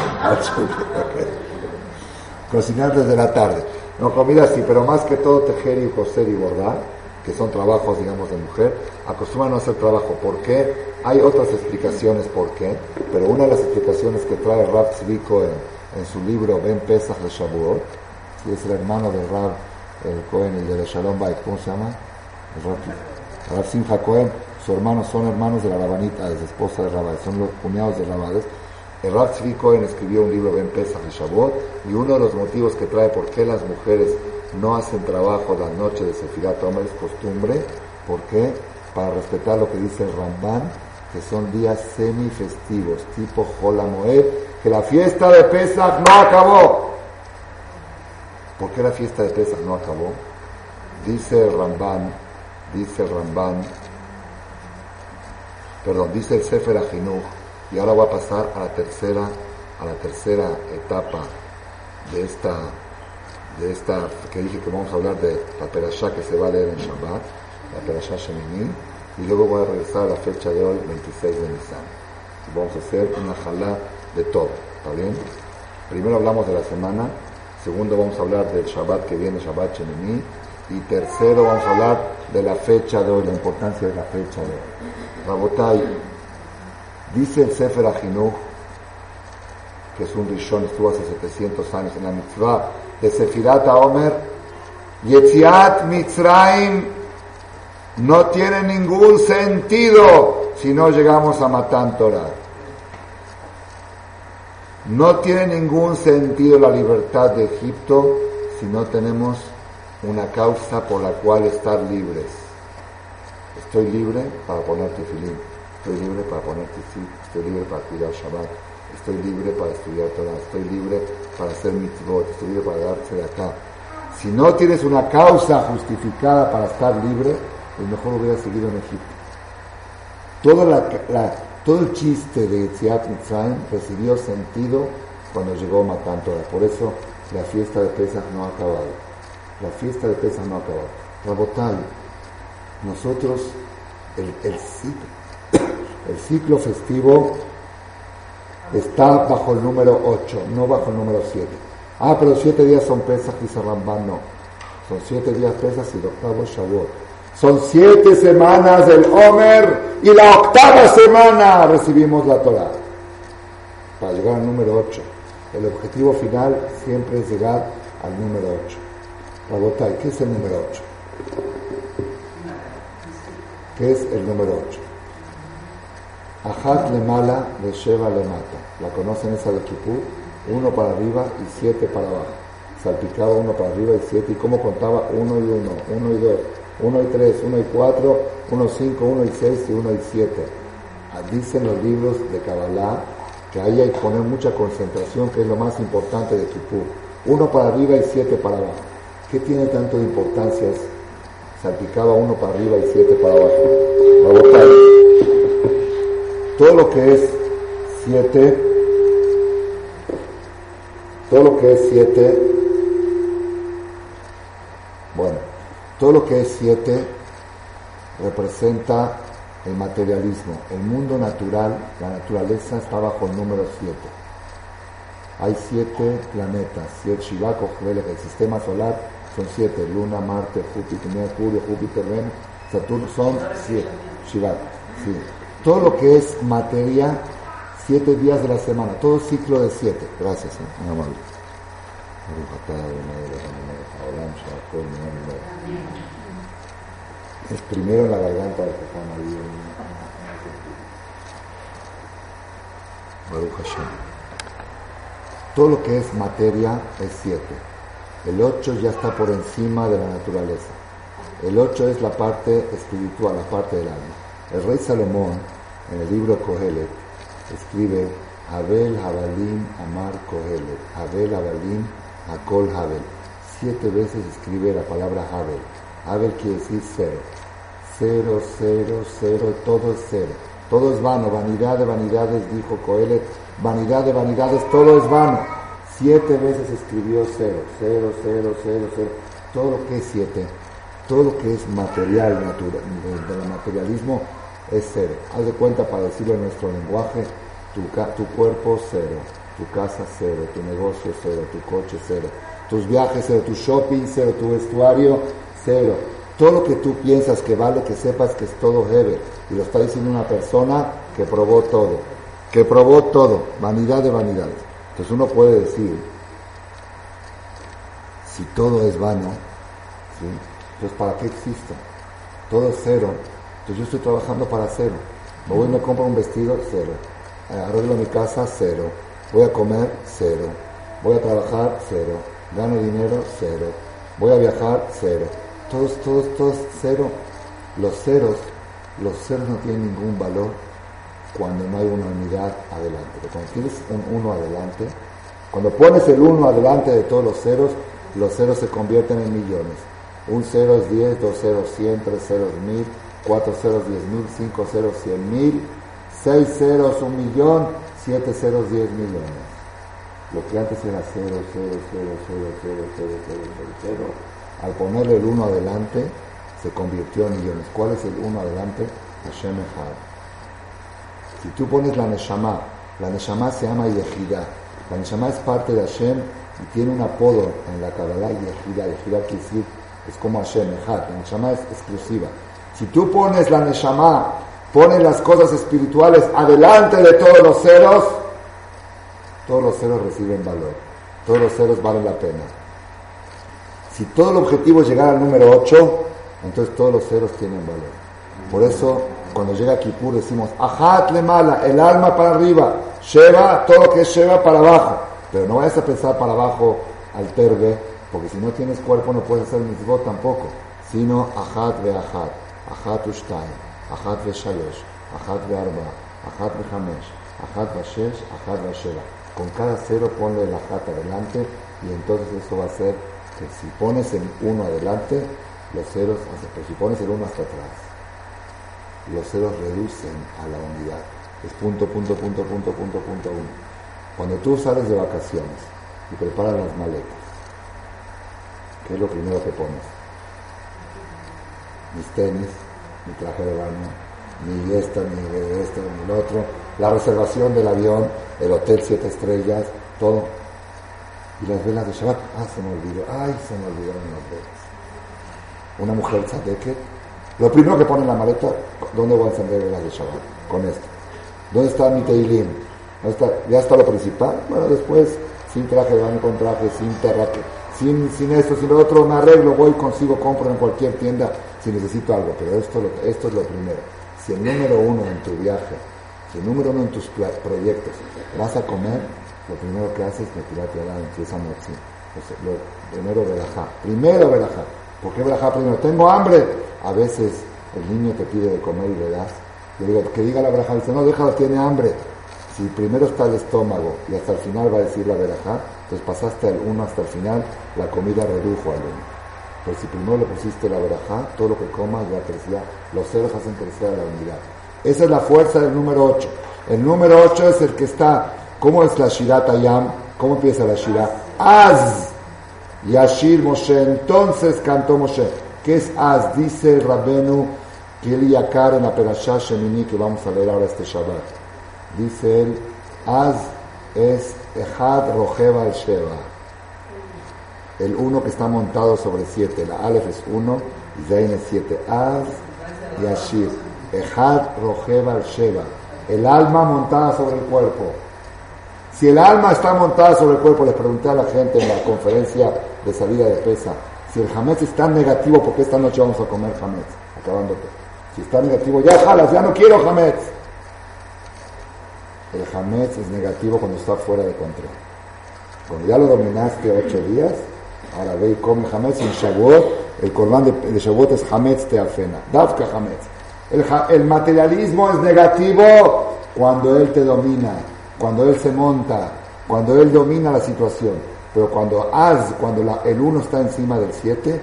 Cocinar desde la tarde. No, comida sí, pero más que todo tejer y coser y bordar, que son trabajos, digamos, de mujer, acostumbran a hacer trabajo. ¿Por qué? Hay otras explicaciones por qué, pero una de las explicaciones que trae Rav Tzvi Cohen en su libro Ben Pesach de Shavuot, si es el hermano de Rav el Cohen y de Shalom Bayit, ¿cómo se llama? El Rav, Rav Simcha Cohen, sus hermanos son hermanos de la Rabanita, es esposa de Rabades, son los cuñados de Rabades. El Rav Tzvi Cohen escribió un libro Ben Pesach de Shavuot, y uno de los motivos que trae por qué las mujeres no hacen trabajo las noches de Sefirat HaOmer es costumbre. ¿Por qué? Para respetar lo que dice el Ramban, que son días semifestivos, tipo Hol HaMoed, que la fiesta de Pesach no acabó. ¿Por qué la fiesta de Pesach no acabó? Dice el Ramban, dice el Ramban, perdón, dice el Sefer HaChinuch, y ahora voy a pasar a la tercera, a la tercera etapa de esta, de esta, que dije que vamos a hablar de la Perashá que se va a leer en Shabbat, la Perashá Shemini, y luego voy a regresar a la fecha de hoy, veintiséis de Nisan. Y vamos a hacer una jalá de todo, ¿está bien? Primero hablamos de la semana, segundo vamos a hablar del Shabbat que viene, Shabbat Shemini, y tercero vamos a hablar de la fecha de hoy, la importancia de la fecha de hoy. Rabotai, dice el Sefer HaChinuch, que es un Rishon, estuvo hace setecientos años en la mitzvah de Sefirat HaOmer, Yetziat Mitzrayim no tiene ningún sentido si no llegamos a Matan Torah. No tiene ningún sentido la libertad de Egipto si no tenemos una causa por la cual estar libres. Estoy libre para poner tefilín, estoy libre para poner tzitzit, estoy libre para cuidar Shabbat, estoy libre para estudiar Torah, estoy libre para hacer mitzvot, estoy libre para darse de acá. Si no tienes una causa justificada para estar libre, pues mejor hubiera seguido en Egipto. Toda la, la, todo el chiste de Yetziat Mitzrayim recibió sentido cuando llegó Matan Torah. Por eso la fiesta de Pesach no ha acabado. La fiesta de Pesach no ha acabado. Rabotai, nosotros, el, el ciclo, el ciclo festivo está bajo el número ocho, no bajo el número siete. Ah, pero siete días son Pesach, dice Ramban, no. Son siete días Pesach y el octavo es Shavuot. Son siete semanas del Omer y la octava semana recibimos la Torah. Para llegar al número ocho. El objetivo final siempre es llegar al número ocho. Rabotai, ¿qué es el número ocho? ¿Qué es el número ocho? Ajat lemala de Sheva lemata. ¿La conocen esa de Kippur? Uno para arriba y siete para abajo. Salpicaba uno para arriba y siete. ¿Y cómo contaba? Uno y uno, uno y dos, uno y tres, uno y cuatro, uno y cinco, uno y seis y uno y siete. Dicen los libros de Kabbalah que ahí hay que poner mucha concentración, que es lo más importante de Kippur. Uno para arriba y siete para abajo. ¿Qué tiene tanto de importancia? Salpicaba uno para arriba y siete para abajo. Rabotai, todo lo que es siete, todo lo que es siete, bueno, todo lo que es siete representa el materialismo. El mundo natural, la naturaleza está bajo el número siete. Hay siete planetas, siete Shiva, el sistema solar son siete, Luna, Marte, Júpiter, Mercurio, Júpiter, Venus, Saturno, son siete, Shiva, sí. Todo lo que es materia, siete días de la semana, todo ciclo de siete. Gracias, ¿eh? Muy amable. Es primero en la garganta de Jajam ahí. Baruch Hashem. Todo lo que es materia es siete. El ocho ya está por encima de la naturaleza. El ocho es la parte espiritual, la parte del alma. El rey Salomón, en el libro Kohelet, escribe Habel Habalim Amar Kohelet, Habel Habalim Hakol Habel. Siete veces escribe la palabra Habel. Habel quiere decir cero. Cero, cero, cero, todo es cero. Todo es vano, vanidad de vanidades, dijo Kohelet, vanidad de vanidades, todo es vano. Siete veces escribió cero, cero, cero, cero, cero. Todo lo que es siete, todo lo que es material, natural, del materialismo, es cero. Haz de cuenta, para decirlo en nuestro lenguaje, tu, tu cuerpo cero, tu casa cero, tu negocio cero, tu coche cero, tus viajes cero, tu shopping cero, tu vestuario cero. Todo lo que tú piensas que vale, que sepas que es todo Heber. Y lo está diciendo una persona que probó todo, que probó todo, vanidad de vanidades. Entonces uno puede decir, si todo es vano, ¿sí? Entonces ¿para qué existe? Todo es cero. Entonces yo estoy trabajando para cero. Me voy y me compro un vestido, cero. Arreglo mi casa, cero. Voy a comer, cero. Voy a trabajar, cero. Gano dinero, cero. Voy a viajar, cero. Todos, todos, todos cero. Los ceros, los ceros no tienen ningún valor cuando no hay una unidad adelante. Pero cuando tienes un uno adelante, cuando pones el uno adelante de todos los ceros, los ceros se convierten en millones. Un cero es diez, dos ceros cien, tres ceros mil, cuatro ceros diez mil, cinco ceros cien mil, seis ceros un millón, siete ceros diez millones. Lo que antes era cero, cero, cero, cero, cero, cero, cero, cero, cero. Al ponerle el uno adelante, se convirtió en millones. ¿Cuál es el uno adelante? Hashem Echad. Si tú pones la Neshama, la Neshama se llama Yehida. La Neshama es parte de Hashem y tiene un apodo en la Kabbalah, Yehida. Yehida quiere decir, es como Hashem Echad. La Neshama es exclusiva. Si tú pones la Neshama, pones las cosas espirituales adelante de todos los ceros, todos los ceros reciben valor. Todos los ceros valen la pena. Si todo el objetivo es llegar al número ocho, entonces todos los ceros tienen valor. Por eso, cuando llega Kippur decimos, Ajat le mala, el alma para arriba, Sheva, todo lo que es Sheva para abajo. Pero no vayas a pensar para abajo al terbe, porque si no tienes cuerpo no puedes hacer mitzvot tampoco. Sino Ajat ve Ajat, Ajat ushtaim, Ajat ve shalosh, Ajat ve arba, Ajat ve hamesh, Ajat ve shesh, Ajat ve sheva. Con cada cero ponle el Ajat adelante y entonces eso va a hacer que si pones el uno adelante, los ceros, pero si pones el uno hasta atrás, los ceros reducen a la unidad. Es punto, punto, punto, punto, punto, punto, uno. Cuando tú sales de vacaciones y preparas las maletas, ¿qué es lo primero que pones? Mis tenis, mi traje de baño, ni esto, ni esto, ni el otro, la reservación del avión, el hotel siete estrellas, todo. Y las velas de Shabbat, ah, se me olvidó, ay, se me olvidaron las velas. Una mujer tzadeket, lo primero que pone en la maleta, ¿dónde voy a encender velas de Shabbat? Con esto. ¿Dónde está mi teilín? ¿Dónde está? ¿Ya está lo principal? Bueno, después, sin traje de baño, con traje, sin terraque, sin, sin esto, sin lo otro, me arreglo, voy, consigo, compro en cualquier tienda si necesito algo. Pero esto, esto es lo primero. Si el número uno en tu viaje, si el número uno en tus proyectos, vas a comer, lo primero que haces es metirate a la empieza a mochir. Lo primero verajá. Primero verajá. ¿Por qué verajá primero? Tengo hambre. A veces el niño te pide de comer y le das. Yo digo, que diga la verajá. Dice, no, déjalo, tiene hambre. Si primero está el estómago y hasta el final va a decir la verajá, entonces pasaste al uno hasta el final, la comida redujo al uno. Pero si primero le pusiste la verajá, todo lo que comas va a crecer. Los ceros hacen crecer a la unidad. Esa es la fuerza del número ocho. El número ocho es el que está. ¿Cómo es la Shirat Hayam? ¿Cómo empieza la Shirat? Az Yashir Moshe. Entonces cantó Moshe. ¿Qué es Az? Dice el Rabbenu Kili Yakar en la Perashá Shemini que vamos a leer ahora este Shabbat. Dice él, Az es Echad Rojeva el Sheva. El uno que está montado sobre siete. La Aleph es uno y Zain es siete. Az Yashir. Echad Rojeva el Sheva. El alma montada sobre el cuerpo. Si el alma está montada sobre el cuerpo, les pregunté a la gente en la conferencia de salida de Pesa, si el Hametz es tan negativo, ¿por qué esta noche vamos a comer Hametz? Acabándote. Si está negativo, ya jalas, ya no quiero Hametz. El Hametz es negativo cuando está fuera de control. Cuando ya lo dominaste ocho días, ahora ve y come Hametz. En Shavuot, el Korban de, de Shavuot es Hametz Teafena. Davka Hametz. El, el materialismo es negativo cuando él te domina, cuando él se monta, cuando él domina la situación. Pero cuando haz, cuando la, el uno está encima del siete,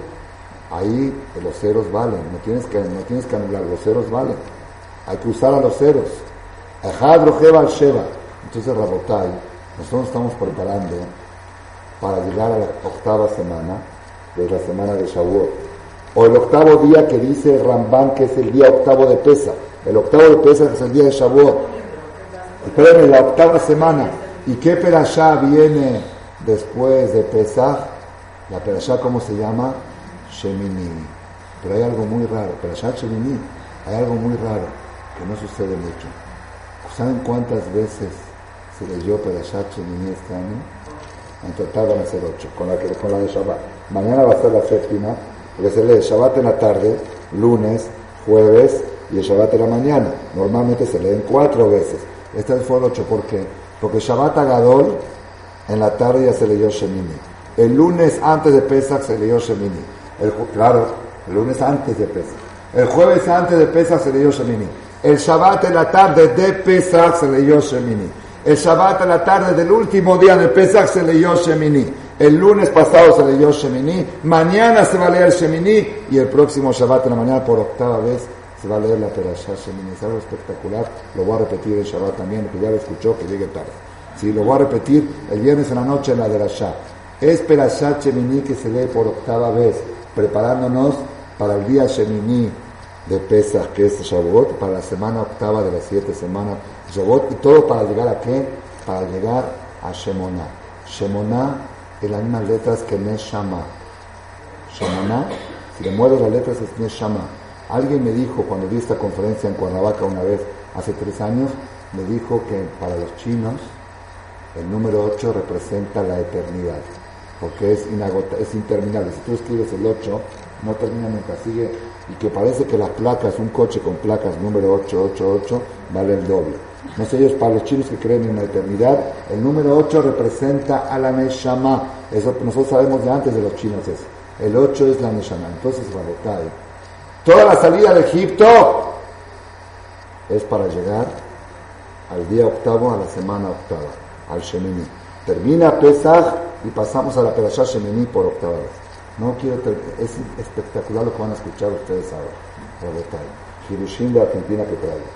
ahí los ceros valen. No tienes que, no tienes que anular, los ceros valen. Hay que usar a los ceros. Echad Rojeva al Sheva. Entonces, Rabotai, nosotros estamos preparando para llegar a la octava semana, que es la semana de Shavuot. O el octavo día que dice Ramban, que es el día octavo de Pesa. El octavo de Pesa es el día de Shavuot. Espérenme, la octava semana. ¿Y qué perashá viene después de Pesach? La perashá, ¿cómo se llama? Shemini. Pero hay algo muy raro. Perashá Shemini. Hay algo muy raro que no sucede mucho. ¿Saben cuántas veces se leyó Perashá Shemini este año? En total van a ser ocho, con la, que, con la de Shabbat. Mañana va a ser la séptima, porque se lee Shabbat en la tarde, lunes, jueves y el Shabbat en la mañana. Normalmente se leen cuatro veces. Esta vez fue el ocho. ¿Por qué? Porque Shabbat Agadol en la tarde ya se leyó Shemini. El lunes antes de Pesach se leyó Shemini. El, claro, el lunes antes de Pesach. El jueves antes de Pesach se leyó Shemini. El Shabbat en la tarde de Pesach se leyó Shemini. El Shabbat en la tarde del último día de Pesach se leyó Shemini. El lunes pasado se leyó Shemini. Mañana se va a leer Shemini. Y el próximo Shabbat en la mañana por octava vez se va a leer la Perashá Shemini. Es algo espectacular. Lo voy a repetir el Shabbat también, que ya lo escuchó, que llegue tarde. Sí, lo voy a repetir el viernes en la noche en la de la Shah. Es Perashá Shemini que se lee por octava vez, preparándonos para el día Shemini de Pesach, que es Shavuot, para la semana octava de las siete semanas de Shavuot, y todo para llegar a ¿qué? Para llegar a Shemonah. Shemonah es las mismas letras que Neshama. Shemonah, si le mueves las letras es Neshama. Alguien me dijo, cuando di esta conferencia en Cuernavaca una vez, hace tres años, me dijo que para los chinos el número ocho representa la eternidad, porque es inagota, es interminable. Si tú escribes el ocho, no termina nunca, sigue, y que parece que las placas, un coche con placas número ocho ocho ocho, vale el doble. No sé, ellos, para los chinos que creen en la eternidad, el número ocho representa a la Neshama. Eso nosotros sabemos de antes de los chinos eso. El ocho es la Neshama. Entonces, Rabotai, toda la salida de Egipto es para llegar al día octavo, a la semana octava, al Shemini. Termina Pesach y pasamos a la Perashá Shemini por octava vez. No quiero ter- es espectacular lo que van a escuchar ustedes ahora. Rabotai, Hiroshima de Argentina que traigo.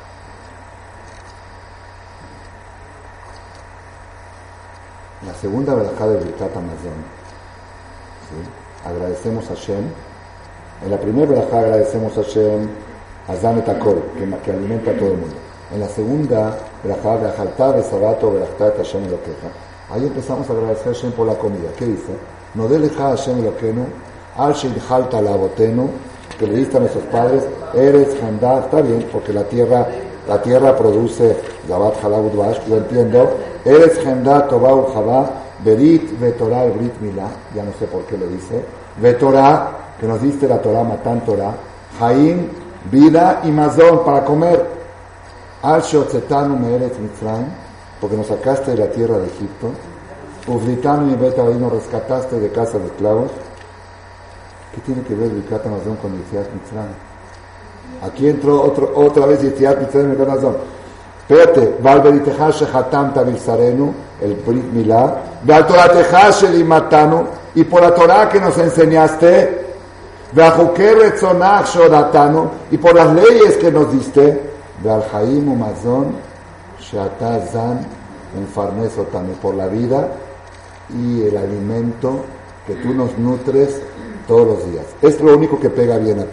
La segunda verajá de Birkat Hamazon, ¿sí? Agradecemos a Hashem. En la primera verajá agradecemos a Hashem, a Zan et Hakol, que, que alimenta a todo el mundo. En la segunda verajá, Ve'ajaltá be'sarato ve'achtá et Hashem Elokeja, ahí empezamos a agradecer a Hashem por la comida. ¿Qué dice? No deleja a Hashem Elokenu, al sheidjalta la abotenu, que le diste a nuestros padres, eres Gendá, está bien, porque la tierra, la tierra produce Zabat Halab Udvash, lo entiendo. Eres Gendá Tová Urjabá, Berit Vetorá el Brit Milá, ya no sé por qué lo dice. Vetorá, que nos diste la Torah, Matán Torah, Jaim, vida y mazón para comer. Al Shotzetanu Me'eretz Mitzrayim, porque nos sacaste de la tierra de Egipto. Ufritanu y Beta y nos rescataste de casa de esclavos. ¿Qué tiene que ver Birkat Hamazon con Yetziat Mitzrayim? Aquí entró otro, otra vez Yetziat Mitzrayim y Birkat Hamazon. Espérate, Valveriteja Shehatam Tavilsarenu, el Brit Milá, Beatorateja Shelimatanu, y por la Torah que nos enseñaste, Beajuker Retzonach Shodatanu, y por las leyes que nos diste, Bealjaim Umazon, Sheatazan, Unfarnes Otanu, por la vida y el alimento que tú nos nutres todos los días. Es lo único que pega bien aquí.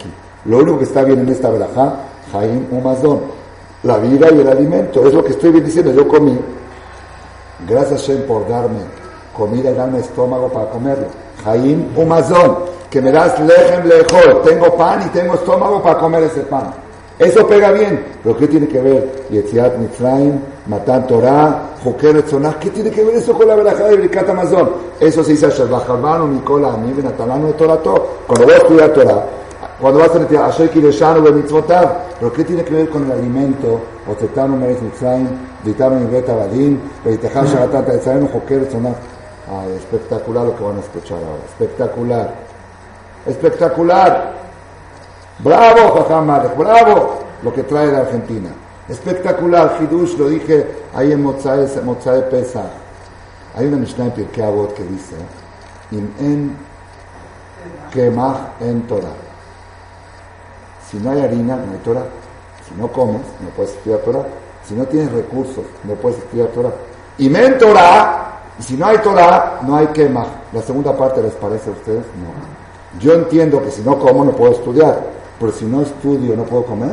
Lo único que está bien en esta verajá, Jaim Umazón, la vida y el alimento, es lo que estoy bien diciendo. Yo comí, gracias Shem por darme comida y darme estómago para comerlo. Jaim Umazón, que me das lejem lejol, tengo pan y tengo estómago para comer ese pan. Eso pega bien, pero ¿qué tiene que ver? Yetziat Mitzrayim, Matan Torah, Joker Etzonah, ¿qué tiene que ver eso con la verajá de Birkat Hamazon? Eso se dice Asher Bajarbanu, Mikola, Ami, Benatalanu, Torato. Cuando vas a estudiar Torah, cuando vas a decir Asher Kireshanu, Bemitzvotav, pero ¿qué tiene que ver con el alimento? Otetanu Meretz Mitzrayim, Ditanu Invet Abadim, Beitecham Sharatata Etzayenu, Joker Etzonah. Ay, espectacular lo que van a escuchar ahora, espectacular, espectacular. Bravo, Jajam Malek, bravo, lo que trae de Argentina. Espectacular, Hidush, lo dije ahí en Mozae, Mozae Pesach. Hay una Mishnah en Pirkei Avot que dice, Im en kemach en Torah. Si no hay harina, no hay Torah. Si no comes, no puedes estudiar Torah. Si no tienes recursos, no puedes estudiar Torah. Im en Torah, y si no hay Torah, no hay kemach. La segunda parte, ¿les parece a ustedes? No. Yo entiendo que si no como, no puedo estudiar. Pero si no estudio, ¿no puedo comer?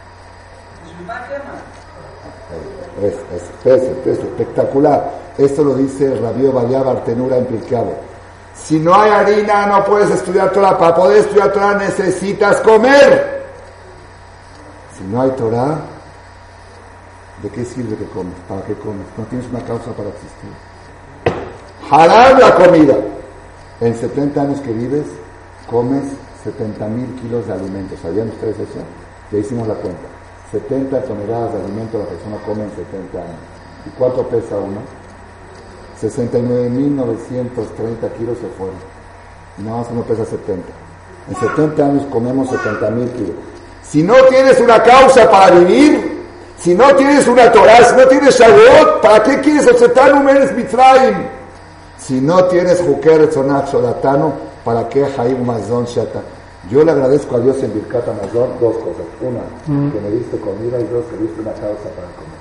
Es, es, es, es espectacular. Esto lo dice Rabbi Ovadia Bartenura en Pirkei Avot. Si no hay harina, no puedes estudiar Torah. Para poder estudiar Torah necesitas comer. Si no hay Torah, ¿de qué sirve que comes? ¿Para qué comes? No tienes una causa para existir. Haram la comida. En setenta años que vives, comes setenta mil kilos de alimentos. ¿Sabían ustedes eso? Ya hicimos la cuenta. setenta toneladas de alimento la persona come en setenta años. ¿Y cuánto pesa uno? sesenta y nueve mil novecientos treinta kilos se fueron. Y nada más uno pesa setenta. En setenta años comemos setenta mil kilos. Si no tienes una causa para vivir, si no tienes una Torah, si no tienes Shavuot, ¿para qué quieres Osetanu Meretz Mitzrayim? Si no tienes Joker Etzonah Shodatanu, ¿para qué Jaim Umazon Shata? Yo le agradezco a Dios en Birkat Hamazon dos cosas. Una, mm. que me diste comida, y dos, que me diste una causa para comer.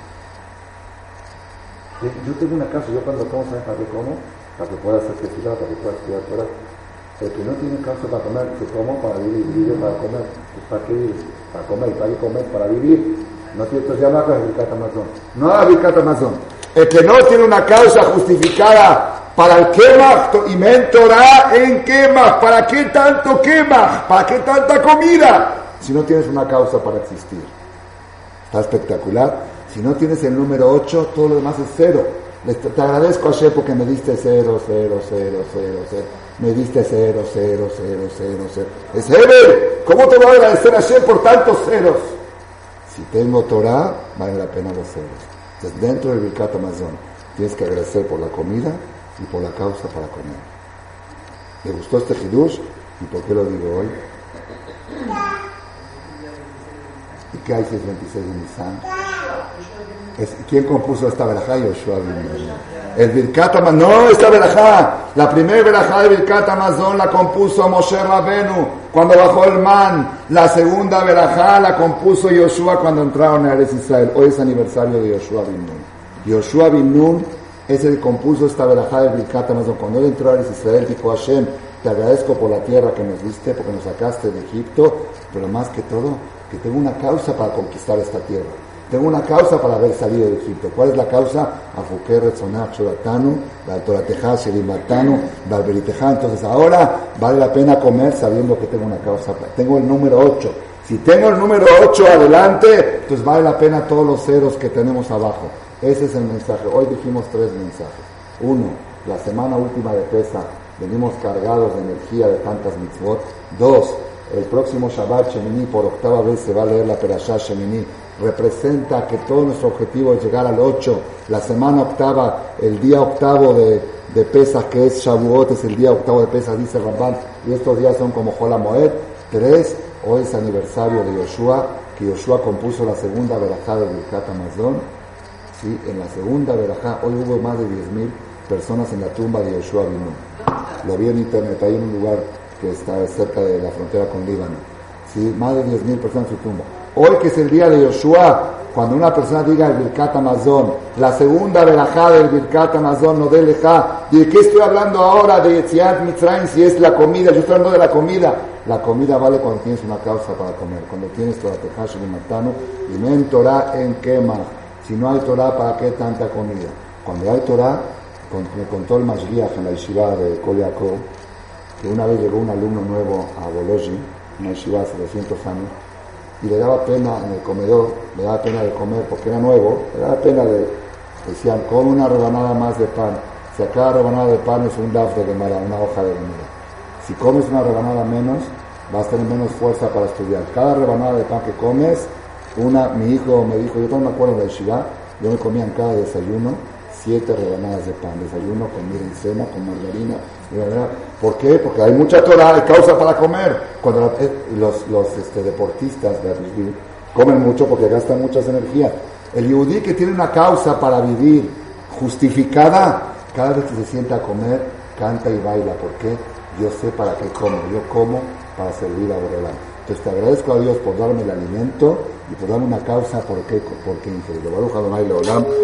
Yo tengo una causa, yo cuando como, ¿sabes para qué como? Para que pueda hacer tefilá, para que pueda estudiar Torah. El que no tiene causa para comer, se como para vivir, vive para comer. Pues ¿para qué vives? Para comer, ¿para qué comer? Para vivir. No tiene, entonces ya no hagas Birkat Hamazon. No hagas Birkat Hamazon. El que no tiene una causa justificada para el Kemach y mentorá en Kemach. ¿Para qué tanto Kemach? ¿Para qué tanta comida? Si no tienes una causa para existir. Está espectacular. Si no tienes el número ocho, todo lo demás es cero. Te agradezco a Hashem porque me diste cero, cero, cero, cero, cero. Me diste cero, cero, cero, cero, cero. Es Heber. ¿Cómo te voy a agradecer a Hashem por tantos ceros? Si tengo Torah, vale la pena los ceros. Entonces, dentro del Birkat Hamazon, tienes que agradecer por la comida y por la causa para comer. ¿Le gustó este hidush? ¿Y por qué lo digo hoy? ¿Y qué hay si es veintiséis de Nisan? Es, ¿quién compuso esta verajá? Yoshua bin Nun. El Birkat Hamazon, no, esta verajá, la primera verajá de Birkat Hamazon la compuso Moshe Rabenu cuando bajó el man. La segunda verajá la compuso Yoshua cuando entraron a Eretz Israel. Hoy es aniversario de Yoshua bin Nun. Yoshua bin Nun es el que compuso esta verajá de Birkat Hamazon. Cuando él entró a Eretz Israel, dijo a Hashem, te agradezco por la tierra que nos diste, porque nos sacaste de Egipto, pero más que todo, que tengo una causa para conquistar esta tierra. Tengo una causa para haber salido de Egipto. ¿Cuál es la causa? Afuker Retzonah Shodatanu, la Toratejá, Shelimatanu, Balberitejá. Entonces ahora vale la pena comer sabiendo que tengo una causa. Tengo el número ocho. Si tengo el número ocho adelante, pues vale la pena todos los ceros que tenemos abajo. Ese es el mensaje. Hoy dijimos tres mensajes. Uno, la semana última de Pesach, venimos cargados de energía de tantas mitzvot. Dos, el próximo Shabbat Shemini, por octava vez se va a leer la Perashá Shemini. Representa que todo nuestro objetivo es llegar al ocho, la semana octava, el día octavo de, de Pesach, que es Shavuot, es el día octavo de Pesach, dice Ramban, y estos días son como Hol HaMoed. Tres, hoy es aniversario de Yoshua, que Yoshua compuso la segunda verajá de Birkat Hamazon. Sí, en la segunda verajá, hoy hubo más de diez mil personas en la tumba de Yoshua bin Nun. Lo vi en internet, hay en un lugar que está cerca de la frontera con Líbano. Sí, más de diez mil personas en su tumba. Hoy que es el día de Yoshua, cuando una persona diga el Birkat Hamazon, la segunda verajá del Birkat Hamazon, no de lejá, ¿y de qué estoy hablando ahora? De Yetziat Mitzrayim, si es la comida, yo estoy hablando de la comida. La comida vale cuando tienes una causa para comer, cuando tienes Torah Tejash y Matano, y no en Torah en quema. Si no hay Torah, ¿para qué tanta comida? Cuando hay Torah, con, me contó el Mashgiach en la yeshiva de Kol Yaakov, que una vez llegó un alumno nuevo a Bolozhi, una yeshiva hace doscientos años, y le daba pena en el comedor, le daba pena de comer porque era nuevo, le daba pena de, decían, come una rebanada más de pan. Si a cada rebanada de pan es un daf de Gemara, una hoja de Gemara. Si comes una rebanada menos, vas a tener menos fuerza para estudiar. Cada rebanada de pan que comes, una, mi hijo me dijo, yo también me acuerdo de la yeshiva, yo me comía en cada desayuno siete rebanadas de pan, desayuno, comida y cena, con margarina, y verdad. ¿Por qué? Porque hay mucha Torah, hay causa para comer. Cuando la, eh, los, los este, deportistas de Arishvili comen mucho porque gastan muchas energías. El yehudí que tiene una causa para vivir justificada, cada vez que se sienta a comer, canta y baila. ¿Por qué? Yo sé para qué como, yo como para servir a Borelán. Entonces te agradezco a Dios por darme el alimento y por darme una causa por qué, por qué ingerir. Baruch Adonai Leolam.